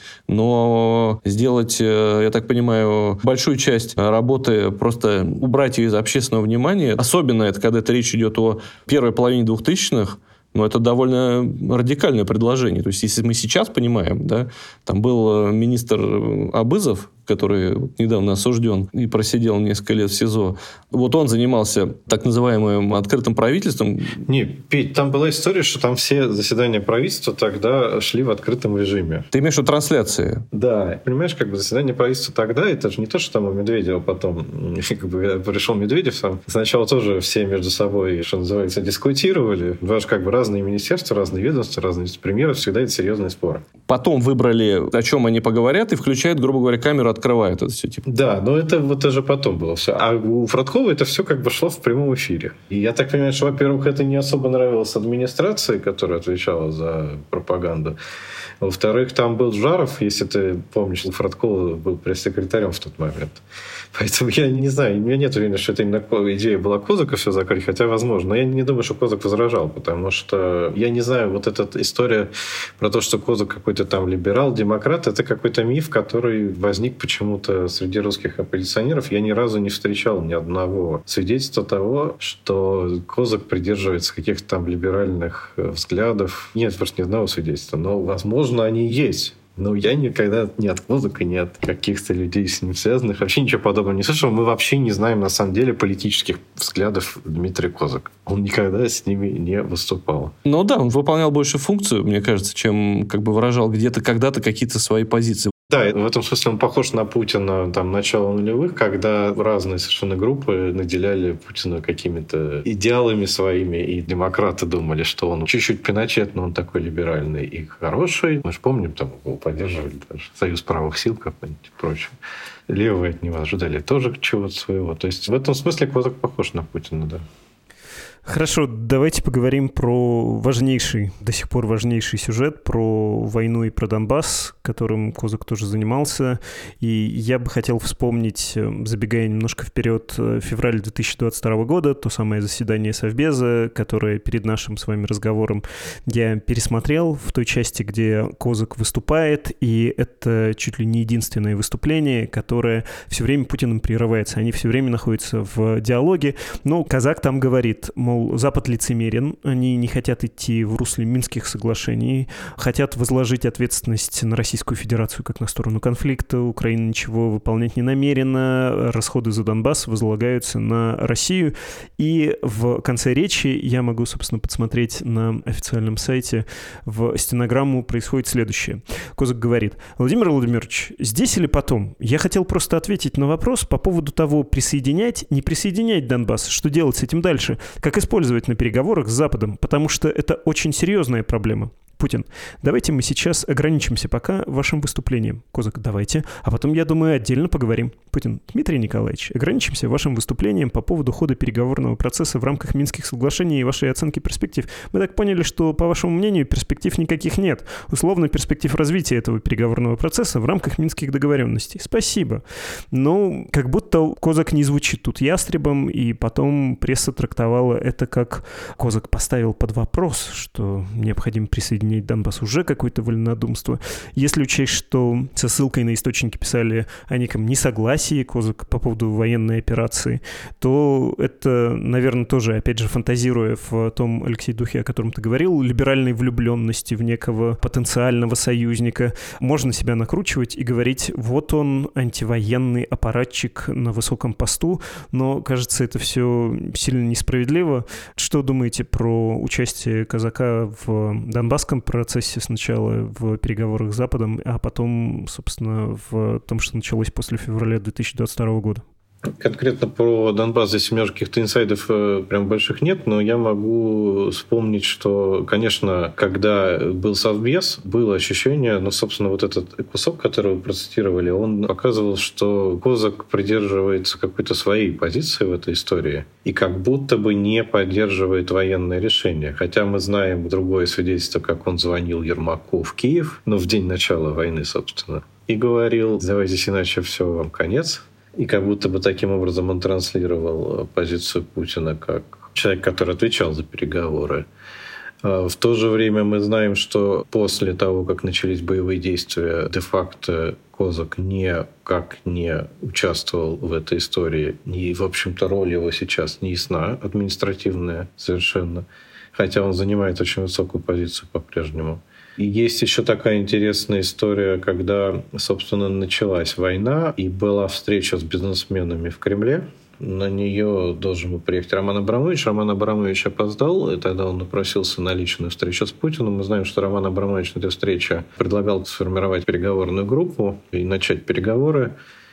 S3: но сделать, я так понимаю, большую часть работы, просто убрать ее из общественного внимания, особенно это, когда это речь идет о первой половине 2000-х, но это довольно радикальное предложение. То есть, если мы сейчас понимаем, да, там был министр Абызов, который недавно осужден и просидел несколько лет в СИЗО. Вот он занимался так называемым открытым правительством.
S1: Не, Петь, там была история, что там все заседания правительства тогда шли в открытом режиме.
S3: Ты имеешь в виду трансляции?
S1: Да. Понимаешь, как бы заседание правительства тогда, это же не то, что там у Медведева потом, как бы пришел Медведев, там сначала тоже все между собой, что называется, дискутировали. Потому что как бы разные министерства, разные ведомства, разные вице-премьеры, всегда это серьезные споры.
S3: Потом выбрали, о чем они поговорят, и включают, грубо говоря, камеру, открывают это все. Типа.
S1: Да, но это вот даже потом было все. А у Фродкова это все как бы шло в прямом эфире. И я так понимаю, что, во-первых, это не особо нравилось администрации, которая отвечала за пропаганду. Во-вторых, там был Жаров, если ты помнишь, Фродкова был пресс-секретарем в тот момент. Поэтому я не знаю, у меня нет уверенности, что это именно идея была Козака все закрыть, хотя возможно. Но я не думаю, что Козак возражал, потому что я не знаю, вот эта история про то, что Козак какой-то там либерал, демократ, это какой-то миф, который возник почему-то среди русских оппозиционеров. Я ни разу не встречал ни одного свидетельства того, что Козак придерживается каких-то там либеральных взглядов. Нет просто ни одного свидетельства, но, возможно, они есть. Но я никогда ни от Козака, ни от каких-то людей с ним связанных вообще ничего подобного не слышал. Мы вообще не знаем, на самом деле, политических взглядов Дмитрия Козака. Он никогда с ними не выступал.
S3: Ну да, он выполнял больше функцию, мне кажется, чем как бы выражал где-то когда-то какие-то свои позиции.
S1: Да, в этом смысле он похож на Путина там, начала нулевых, когда разные совершенно группы наделяли Путина какими-то идеалами своими, и демократы думали, что он чуть-чуть Пиночет, но он такой либеральный и хороший. Мы же помним, там его поддерживали даже Союз правых сил какой-нибудь и прочее. Левые от него ожидали тоже чего-то своего. То есть в этом смысле Козак похож на Путина, да.
S2: Хорошо, давайте поговорим про до сих пор важнейший сюжет, про войну и про Донбасс, которым Козак тоже занимался. И я бы хотел вспомнить, забегая немножко вперед, февраль 2022 года, то самое заседание Совбеза, которое перед нашим с вами разговором я пересмотрел в той части, где Козак выступает, и это чуть ли не единственное выступление, которое все время Путиным прерывается. Они все время находятся в диалоге, но Казак там говорит, мол, Запад лицемерен, они не хотят идти в русле Минских соглашений, хотят возложить ответственность на Российскую Федерацию как на сторону конфликта, Украина ничего выполнять не намерена, расходы за Донбасс возлагаются на Россию. И в конце речи я могу, собственно, подсмотреть на официальном сайте, в стенограмму происходит следующее. Козак говорит: Владимир Владимирович, здесь или потом? Я хотел просто ответить на вопрос по поводу того, присоединять, не присоединять Донбасс, что делать с этим дальше, как использовать на переговорах с Западом, потому что это очень серьезная проблема. Путин: давайте мы сейчас ограничимся пока вашим выступлением. Козак: давайте. А потом, я думаю, отдельно поговорим. Путин: Дмитрий Николаевич, ограничимся вашим выступлением по поводу хода переговорного процесса в рамках Минских соглашений и вашей оценки перспектив. Мы так поняли, что, по вашему мнению, перспектив никаких нет. Условно, перспектив развития этого переговорного процесса в рамках Минских договоренностей. Спасибо. Ну, как будто Козак не звучит тут ястребом, и потом пресса трактовала это как Козак поставил под вопрос, что необходимо присоединить Донбасс уже какое-то вольнодумство. Если учесть, что со ссылкой на источники писали о неком несогласии Козак по поводу военной операции, то это, наверное, тоже, опять же, фантазируя в том, Алексей, духе, о котором ты говорил, либеральной влюбленности в некого потенциального союзника, можно себя накручивать и говорить: вот он, антивоенный аппаратчик на высоком посту, но, кажется, это все сильно несправедливо. Что думаете про участие Казака в Донбасском процессе сначала в переговорах с Западом, а потом, собственно, в том, что началось после февраля 2022 года?
S1: Конкретно про Донбасс здесь у меня каких-то инсайдов прям больших нет, но я могу вспомнить, что, конечно, когда был Совбез, было ощущение, собственно, вот этот кусок, который вы процитировали, он показывал, что Козак придерживается какой-то своей позиции в этой истории и как будто бы не поддерживает военное решение. Хотя мы знаем другое свидетельство, как он звонил Ермаку в Киев, в день начала войны, собственно, и говорил: давай здесь иначе все, вам конец. И как будто бы таким образом он транслировал позицию Путина как человек, который отвечал за переговоры. В то же время мы знаем, что после того, как начались боевые действия, де-факто Козак никак не участвовал в этой истории. И, в общем-то, роль его сейчас не ясна, административная совершенно. Хотя он занимает очень высокую позицию по-прежнему. И есть еще такая интересная история, когда, собственно, началась война, и была встреча с бизнесменами в Кремле. На нее должен был приехать Роман Абрамович. Роман Абрамович опоздал, и тогда он напросился на личную встречу с Путиным. Мы знаем, что Роман Абрамович на этой встрече предлагал сформировать переговорную группу и начать переговоры.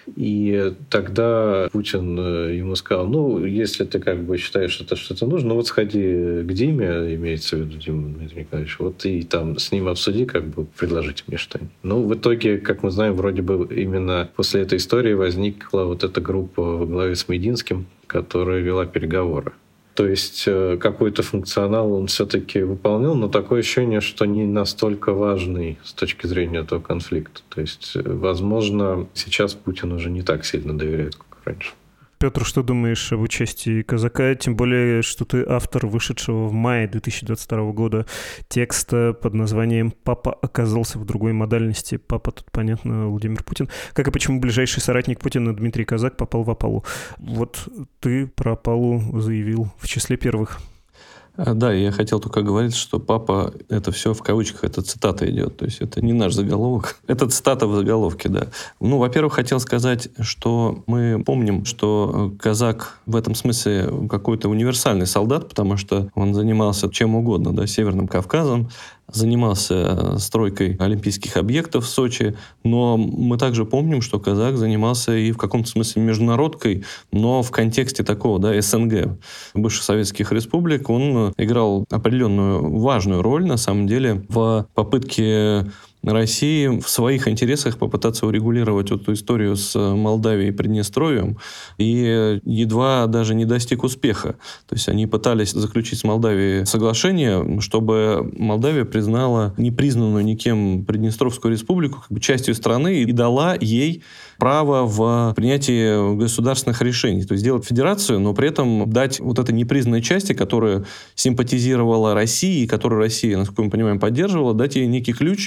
S1: И тогда Путин ему сказал: если ты считаешь, что это нужно, сходи к Диме, имеется в виду Дима Дмитрий Николаевич, и там с ним обсуди, предложите мне что-нибудь. В итоге, как мы знаем, вроде бы именно после этой истории возникла вот эта группа во главе с Мединским, которая вела переговоры. То есть какой-то функционал он все-таки выполнял, но такое ощущение, что не настолько важный с точки зрения этого конфликта. То есть, возможно, сейчас Путин уже не так сильно доверяет, как раньше.
S2: Петр, что думаешь об участии Казака? Тем более, что ты автор вышедшего в мае 2022 года текста под названием «Папа оказался в другой модальности». Папа тут, понятно, Владимир Путин. Как и почему ближайший соратник Путина Дмитрий Казак попал в опалу. Вот ты про опалу заявил в числе первых.
S3: Да, я хотел только говорить, что папа, это все в кавычках, это цитата идет, то есть это не наш заголовок, это цитата в заголовке, да. Во-первых, хотел сказать, что мы помним, что Казак в этом смысле какой-то универсальный солдат, потому что он занимался чем угодно, да, Северным Кавказом, занимался стройкой олимпийских объектов в Сочи, но мы также помним, что Казак занимался и в каком-то смысле международкой, но в контексте такого, да, СНГ, бывших советских республик. Он играл определенную важную роль, на самом деле, в попытке России в своих интересах попытаться урегулировать эту историю с Молдавией и Приднестровьем, и едва даже не достиг успеха. То есть они пытались заключить с Молдавией соглашение, чтобы Молдавия признала непризнанную никем Приднестровскую республику как бы частью страны и дала ей право в принятии государственных решений. То есть сделать федерацию, но при этом дать вот этой непризнанной части, которая симпатизировала России, которую Россия, насколько мы понимаем, поддерживала, дать ей некий ключ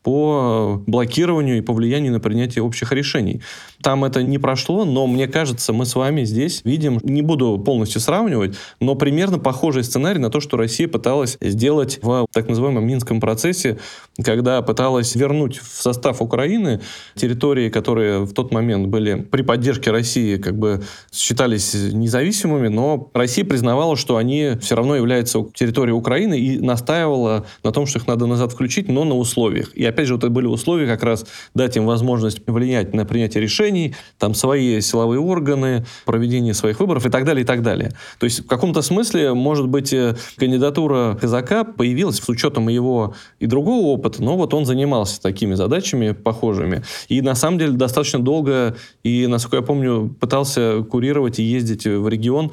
S3: по блокированию и по влиянию на принятие общих решений. Там это не прошло, но мне кажется, мы с вами здесь видим, не буду полностью сравнивать, но примерно похожий сценарий на то, что Россия пыталась сделать в так называемом Минском процессе, когда пыталась вернуть в состав Украины территории, которые в тот момент были при поддержке России, как бы считались независимыми, но Россия признавала, что они все равно являются территорией Украины и настаивала на том, что их надо назад включить, но на условиях. И опять же, вот это были условия как раз дать им возможность влиять на принятие решений, там свои силовые органы, проведение своих выборов и так далее, и так далее. То есть в каком-то смысле, может быть, кандидатура Козака появилась с учетом его и другого опыта, но вот он занимался такими задачами похожими. И на самом деле достаточно долго, и, насколько я помню, пытался курировать и ездить в регион,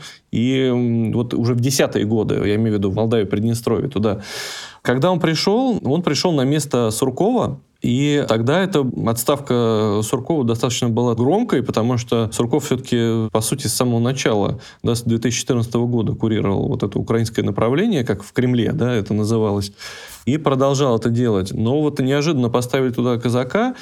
S3: и вот уже в 10-е годы, я имею в виду в Молдавию, Приднестровье, туда. Когда он пришел на место Суркова, и тогда эта отставка Суркова достаточно была громкой, потому что Сурков все-таки, по сути, с самого начала, с 2014 года курировал вот это украинское направление, как в Кремле, это называлось, и продолжал это делать. Но вот неожиданно поставили туда Козака,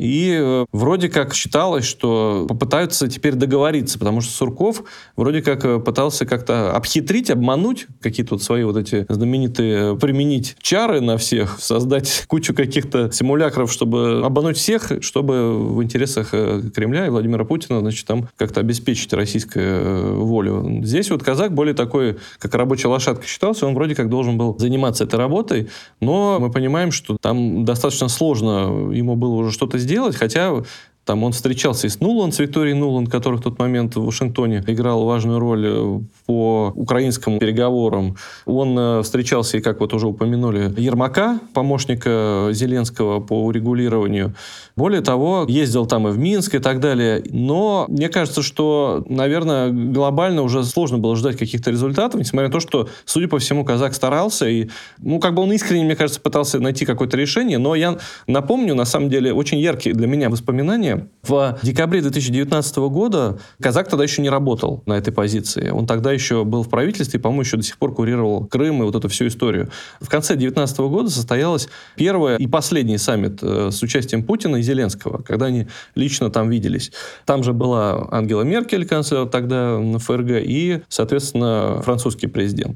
S3: и вроде как считалось, что попытаются теперь договориться, потому что Сурков вроде как пытался как-то обхитрить, обмануть, какие-то вот свои вот эти знаменитые, применить чары на всех, создать кучу каких-то симулякров, чтобы обмануть всех, чтобы в интересах Кремля и Владимира Путина, значит, там как-то обеспечить российскую волю. Здесь вот Козак более такой, как рабочая лошадка считался, он вроде как должен был заниматься этой работой, но мы понимаем, что там достаточно сложно ему было уже что-то сделать, хотя там он встречался и с Нуланд, с Викторией Нуланд, которая в тот момент в Вашингтоне играла важную роль по украинским переговорам. Он встречался и, как вот уже упомянули, Ермака, помощника Зеленского по урегулированию. Более того, ездил там и в Минск и так далее. Но мне кажется, что, наверное, глобально уже сложно было ждать каких-то результатов, несмотря на то, что, судя по всему, Козак старался. И, он искренне, мне кажется, пытался найти какое-то решение. Но я напомню, на самом деле, очень яркие для меня воспоминания. В декабре 2019 года Козак тогда еще не работал на этой позиции. Он тогда еще был в правительстве, и, по-моему, еще до сих пор курировал Крым и вот эту всю историю. В конце 2019 года состоялась первая и последний саммит с участием Путина и Зеленского, когда они лично там виделись. Там же была Ангела Меркель, канцлер тогда ФРГ, и, соответственно, французский президент.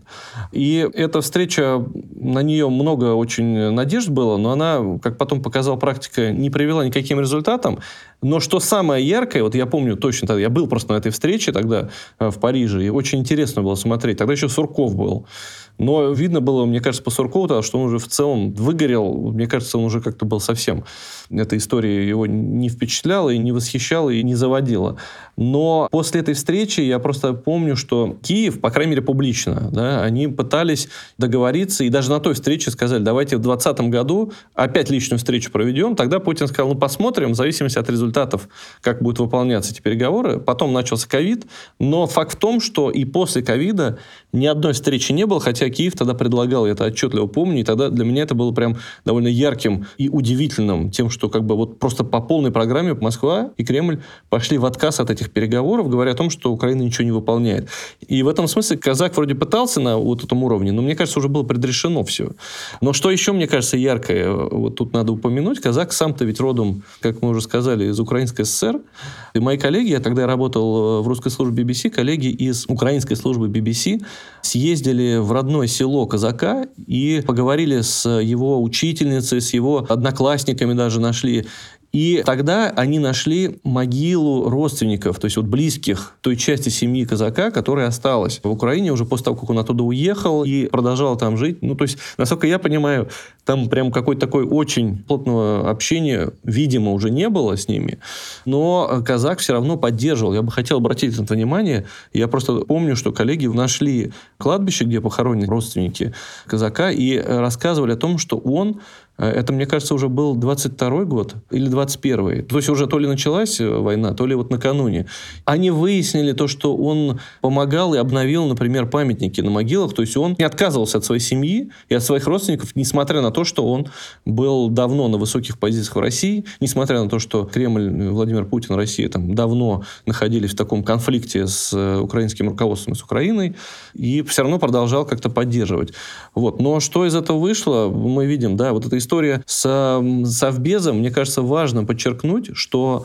S3: И эта встреча, на нее много очень надежд было, но она, как потом показала практика, не привела ни к каким результатам. Но что самое яркое, вот я помню точно, тогда я был просто на этой встрече тогда в Париже, и очень интересно было смотреть. Тогда еще Сурков был. Но видно было, мне кажется, по Суркову, что он уже в целом выгорел. Мне кажется, он уже как-то был совсем... Эта история его не впечатляла, и не восхищала, и не заводила. Но после этой встречи я просто помню, что Киев, по крайней мере, публично, они пытались договориться, и даже на той встрече сказали, давайте в 2020 году опять личную встречу проведем. Тогда Путин сказал, посмотрим, в зависимости от результатов, как будут выполняться эти переговоры. Потом начался ковид, но факт в том, что и после ковида ни одной встречи не было, хотя Киев тогда предлагал, я это отчетливо помню, и тогда для меня это было прям довольно ярким и удивительным тем, что вот просто по полной программе Москва и Кремль пошли в отказ от этих переговоров, говоря о том, что Украина ничего не выполняет. И в этом смысле Козак вроде пытался на вот этом уровне, но мне кажется, уже было предрешено все. Но что еще, мне кажется, яркое, вот тут надо упомянуть, Козак сам-то ведь родом, как мы уже сказали, из Украинской ССР. И мои коллеги, я тогда работал в русской службе BBC, коллеги из украинской службы BBC съездили в родное село Козака и поговорили с его учительницей, с его одноклассниками даже нашли. И тогда они нашли могилу родственников, то есть близких той части семьи Козака, которая осталась в Украине уже после того, как он оттуда уехал и продолжал там жить. То есть, насколько я понимаю, там прям какой-то такой очень плотного общения, видимо, уже не было с ними. Но Козак все равно поддерживал. Я бы хотел обратить на это внимание. Я просто помню, что коллеги нашли кладбище, где похоронены родственники Козака, и рассказывали о том, что он Это, мне кажется, уже был 22-й год или 21-й. То есть уже то ли началась война, то ли вот накануне. Они выяснили то, что он помогал и обновил, например, памятники на могилах. То есть он не отказывался от своей семьи и от своих родственников, несмотря на то, что он был давно на высоких позициях в России, несмотря на то, что Кремль, Владимир Путин, Россия там давно находились в таком конфликте с украинским руководством и с Украиной, и все равно продолжал как-то поддерживать. Вот. Но что из этого вышло, мы видим, да, вот эта история с Совбезом, мне кажется, важно подчеркнуть, что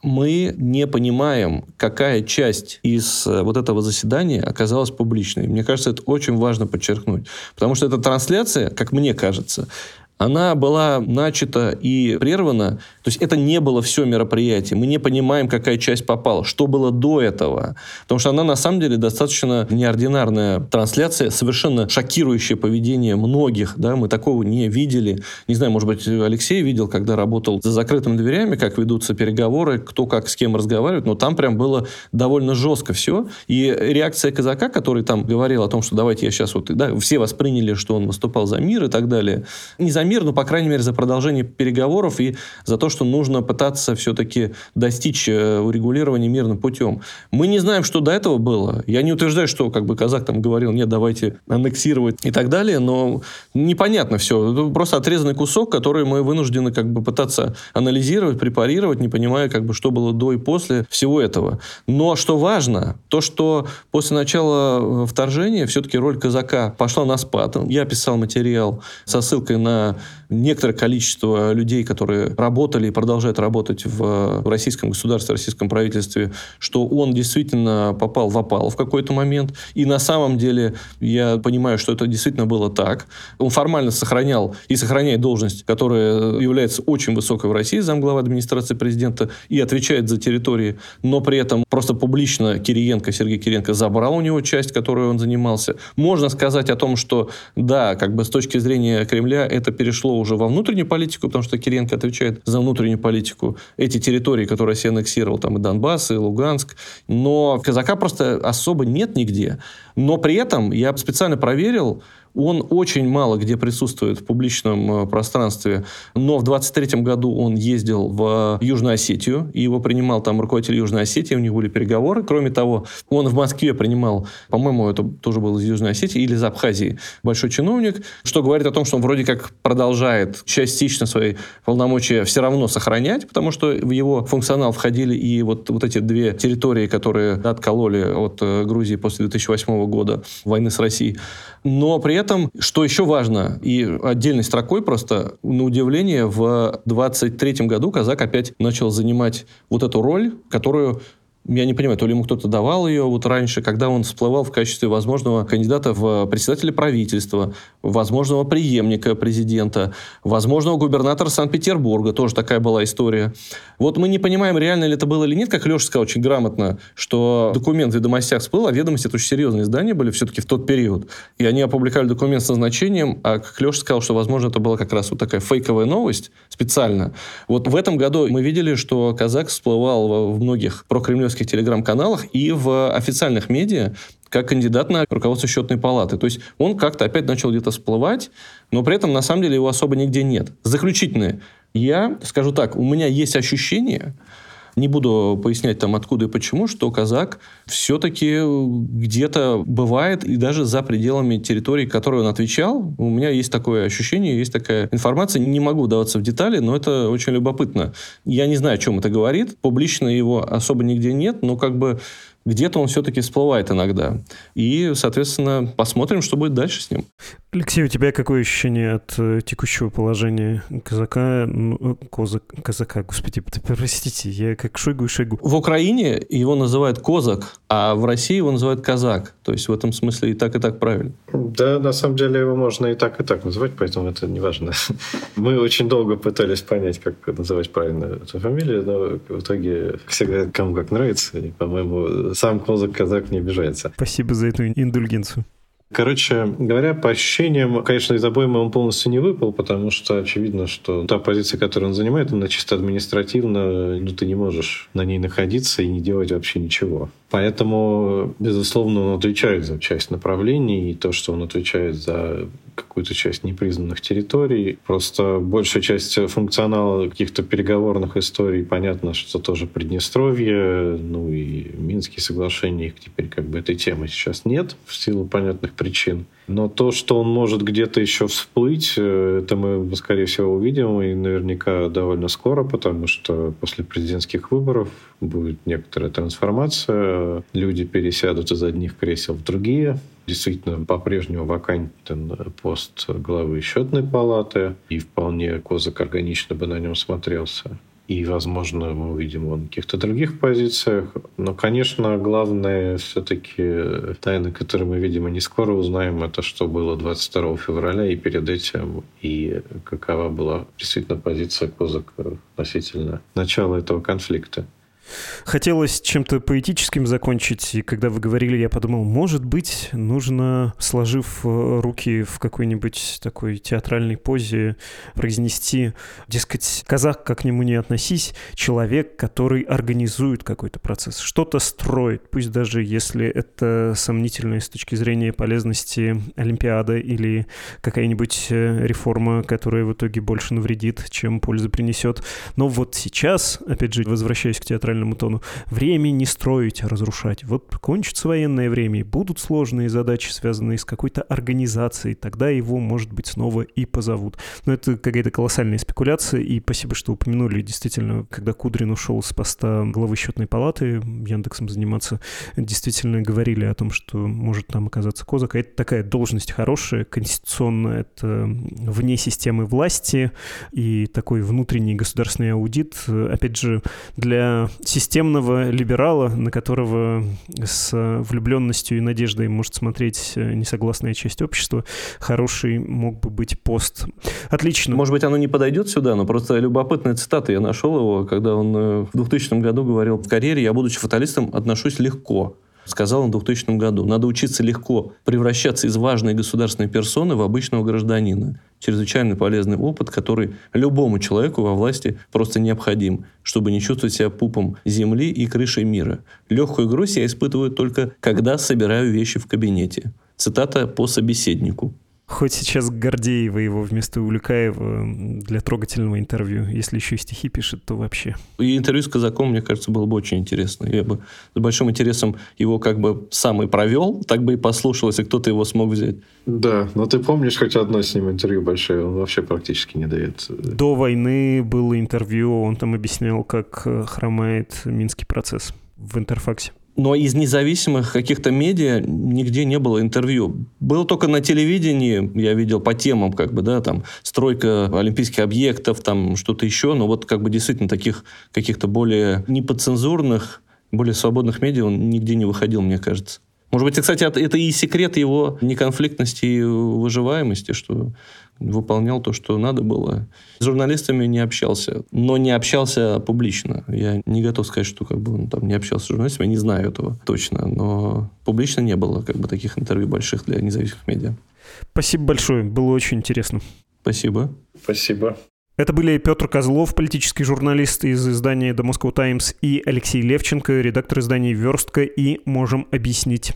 S3: мы не понимаем, какая часть из вот этого заседания оказалась публичной. Мне кажется, это очень важно подчеркнуть. Потому что эта трансляция, как мне кажется, она была начата и прервана. То есть это не было все мероприятие. Мы не понимаем, какая часть попала, что было до этого. Потому что она, на самом деле, достаточно неординарная трансляция, совершенно шокирующее поведение многих. Да? Мы такого не видели. Не знаю, может быть, Алексей видел, когда работал за закрытыми дверями, как ведутся переговоры, кто как с кем разговаривает. Но там прям было довольно жестко все. И реакция казака, который там говорил о том, что давайте я сейчас вот... Да, все восприняли, что он выступал за мир и так далее. Не за мир, но, по крайней мере, за продолжение переговоров и за то, что нужно пытаться все-таки достичь урегулирования мирным путем. Мы не знаем, что до этого было. Я не утверждаю, что как бы казак там говорил, нет, давайте аннексировать и так далее, но непонятно все. Это просто отрезанный кусок, который мы вынуждены как бы пытаться анализировать, препарировать, не понимая, как бы, что было до и после всего этого. Но что важно, то, что после начала вторжения все-таки роль казака пошла на спад. Я писал материал со ссылкой на некоторое количество людей, которые работали и продолжают работать в российском государстве, в российском правительстве, что он действительно попал в опал в какой-то момент. И на самом деле я понимаю, что это действительно было так. Он формально сохранял и сохраняет должность, которая является очень высокой в России, замглавы администрации президента, и отвечает за территории, но при этом просто публично Сергей Кириенко забрал у него часть, которой он занимался. Можно сказать о том, что да, как бы с точки зрения Кремля это перешло уже во внутреннюю политику, потому что Кириенко отвечает за внутреннюю политику. Эти территории, которые Россия аннексировала, там и Донбасс, и Луганск. Но казака просто особо нет нигде. Но при этом я специально проверил, он очень мало где присутствует в публичном пространстве, но в 23-м году он ездил в Южную Осетию, и его принимал там руководитель Южной Осетии, у них были переговоры. Кроме того, он в Москве принимал, по-моему, это тоже был из Южной Осетии или из Абхазии, большой чиновник, что говорит о том, что он вроде как продолжает частично свои полномочия все равно сохранять, потому что в его функционал входили и вот эти две территории, которые откололи от Грузии после 2008 года войны с Россией. Но при этом, что еще важно, и отдельной строкой просто, на удивление, в 23-м году казак опять начал занимать вот эту роль, которую... Я не понимаю, то ли ему кто-то давал ее вот раньше, когда он всплывал в качестве возможного кандидата в председателя правительства, возможного преемника президента, возможного губернатора Санкт-Петербурга. Тоже такая была история. Вот мы не понимаем, реально ли это было или нет, как Леша сказал очень грамотно, что документ в «Ведомостях» всплыл, а «Ведомости» — это очень серьезные издания были все-таки в тот период. И они опубликовали документ с назначением, а как Леша сказал, что, возможно, это была как раз вот такая фейковая новость специально. Вот в этом году мы видели, что казак всплывал в многих прокремлевских телеграм-каналах и в официальных медиа как кандидат на руководство Счетной палаты. То есть он как-то опять начал где-то всплывать, но при этом на самом деле его особо нигде нет. Заключительное. Я скажу так, у меня есть ощущение, не буду пояснять там откуда и почему, что казак все-таки где-то бывает и даже за пределами территории, которой он отвечал. У меня есть такое ощущение, есть такая информация. Не могу вдаваться в детали, но это очень любопытно. Я не знаю, о чем это говорит. Публично его особо нигде нет, но как бы где-то он все-таки всплывает иногда. И, соответственно, посмотрим, что будет дальше с ним.
S2: Алексей, у тебя какое ощущение от текущего положения казака? Казака, господи, простите, я как Шойгу и Шойгу.
S3: В Украине его называют козак, а в России его называют казак. То есть в этом смысле и так правильно.
S1: Да, на самом деле его можно и так называть, поэтому это не важно. Мы очень долго пытались понять, как называть правильно эту фамилию, но в итоге все говорят, кому как нравится. И, по-моему, сам казак не обижается.
S2: Спасибо за эту индульгенцию.
S1: Короче говоря, по ощущениям, конечно, из обоймы он полностью не выпал, потому что очевидно, что та позиция, которую он занимает, она чисто административно, ты не можешь на ней находиться и не делать вообще ничего. Поэтому, безусловно, он отвечает за часть направлений, и то, что он отвечает за какую-то часть непризнанных территорий. Просто большая часть функционала каких-то переговорных историй, понятно, что тоже Приднестровье, и Минские соглашения, их теперь этой темы сейчас нет в силу понятных причин. Но то, что он может где-то еще всплыть, это мы, скорее всего, увидим, и наверняка довольно скоро, потому что после президентских выборов будет некоторая трансформация, люди пересядут из одних кресел в другие. Действительно, по-прежнему вакантен пост главы счетной палаты, и вполне Козак органично бы на нем смотрелся. И, возможно, мы увидим его на каких-то других позициях. Но, конечно, главное все-таки тайна, которую мы, видимо, не скоро узнаем, это что было 22 февраля и перед этим, и какова была действительно позиция Козака относительно начала этого конфликта.
S2: Хотелось чем-то поэтическим закончить, и когда вы говорили, я подумал, может быть, нужно, сложив руки в какой-нибудь такой театральной позе, произнести, дескать, казах, как к нему не относись, человек, который организует какой-то процесс, что-то строит, пусть даже если это сомнительная с точки зрения полезности Олимпиада или какая-нибудь реформа, которая в итоге больше навредит, чем пользу принесет. Но вот сейчас, опять же, возвращаясь к театральному тону, время не строить, а разрушать. Вот кончится военное время, и будут сложные задачи, связанные с какой-то организацией, тогда его, может быть, снова и позовут. Но это какая-то колоссальная спекуляция, и спасибо, что упомянули. Действительно, когда Кудрин ушел с поста главы счетной палаты, Яндексом заниматься, действительно говорили о том, что может там оказаться Козак. А это такая должность хорошая, конституционная, это вне системы власти, и такой внутренний государственный аудит, опять же, для системного либерала, на которого с влюбленностью и надеждой может смотреть несогласная часть общества, хороший мог бы быть пост. Отлично.
S3: Может быть, оно не подойдет сюда, но просто любопытная цитата. Я нашел его, когда он в 2000 году говорил: «В карьере я, будучи фаталистом, отношусь легко». Сказал он в 2000 году. Надо учиться легко превращаться из важной государственной персоны в обычного гражданина. Чрезвычайно полезный опыт, который любому человеку во власти просто необходим, чтобы не чувствовать себя пупом земли и крышей мира. Легкую грусть я испытываю только, когда собираю вещи в кабинете. Цитата по собеседнику.
S2: Хоть сейчас Гордеева его вместо Улюкаева для трогательного интервью, если еще и стихи пишет, то вообще.
S3: И интервью с Казаком, мне кажется, было бы очень интересно. Я бы с большим интересом его сам и провел, так бы и послушал, если кто-то его смог взять.
S1: Да, но ты помнишь хоть одно с ним интервью большое? Он вообще практически не дает.
S2: До войны было интервью, он там объяснял, как хромает Минский процесс в Интерфаксе.
S3: Но из независимых каких-то медиа нигде не было интервью. Было только на телевидении, я видел по темам, там стройка олимпийских объектов, там что-то еще, но действительно таких каких-то более неподцензурных, более свободных медиа он нигде не выходил, мне кажется. Может быть, кстати, это и секрет его неконфликтности и выживаемости, что выполнял то, что надо было. С журналистами не общался, но не общался публично. Я не готов сказать, что он там не общался с журналистами, я не знаю этого точно, но публично не было таких интервью больших для независимых медиа.
S2: Спасибо большое, было очень интересно.
S3: Спасибо.
S1: Спасибо.
S2: Это были Петр Козлов, политический журналист из издания «The Moscow Times», и Алексей Левченко, редактор изданий «Верстка» и «Можем объяснить».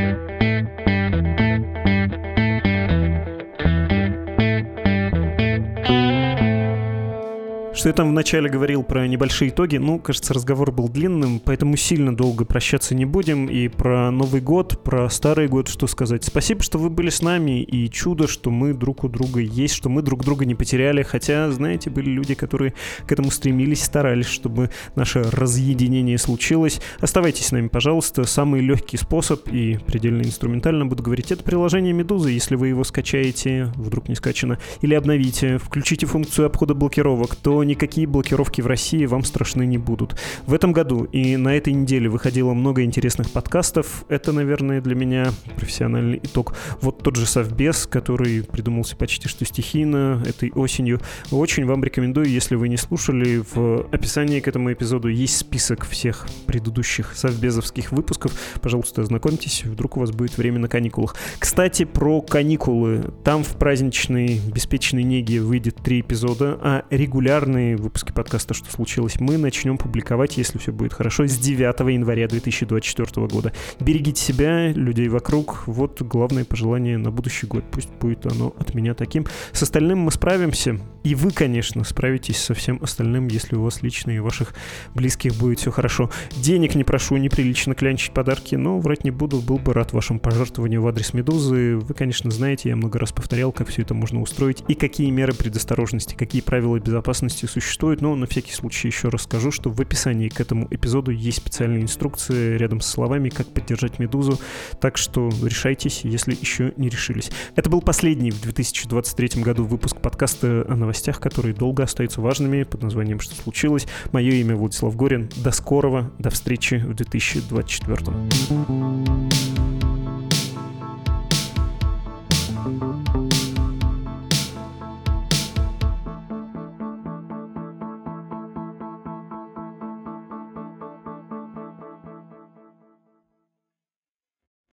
S2: Что я там вначале говорил про небольшие итоги, кажется, разговор был длинным, поэтому сильно долго прощаться не будем. И про Новый год, про Старый год, что сказать. Спасибо, что вы были с нами, и чудо, что мы друг у друга есть, что мы друг друга не потеряли. Хотя, знаете, были люди, которые к этому стремились, старались, чтобы наше разъединение случилось. Оставайтесь с нами, пожалуйста. Самый легкий способ, и предельно инструментально буду говорить, это приложение «Медуза». Если вы его скачаете, вдруг не скачано, или обновите, включите функцию обхода блокировок, то никакие блокировки в России вам страшны не будут. В этом году и на этой неделе выходило много интересных подкастов. Это, наверное, для меня профессиональный итог. Вот тот же Совбез, который придумался почти что стихийно этой осенью. Очень вам рекомендую, если вы не слушали, в описании к этому эпизоду есть список всех предыдущих совбезовских выпусков. Пожалуйста, ознакомьтесь, вдруг у вас будет время на каникулах. Кстати, про каникулы. Там в праздничной беспечной неге выйдет 3 эпизода, а регулярные регулярные выпуски подкаста «Что случилось» мы начнем публиковать, если все будет хорошо, с 9 января 2024 года. Берегите себя, людей вокруг. Вот главное пожелание на будущий год. Пусть будет оно от меня таким. С остальным мы справимся. И вы, конечно, справитесь со всем остальным, если у вас лично и ваших близких будет все хорошо. Денег не прошу, неприлично клянчить подарки, но врать не буду. Был бы рад вашему пожертвованию в адрес «Медузы». Вы, конечно, знаете, я много раз повторял, как все это можно устроить и какие меры предосторожности, какие правила безопасности существуют. Но на всякий случай еще раз скажу, что в описании к этому эпизоду есть специальная инструкция рядом со словами, как поддержать «Медузу». Так что решайтесь, если еще не решились. Это был последний в 2023 году выпуск подкаста о новостях, которые долго остаются важными, под названием «Что случилось?». Мое имя Владислав Горин. До скорого, до встречи в 2024.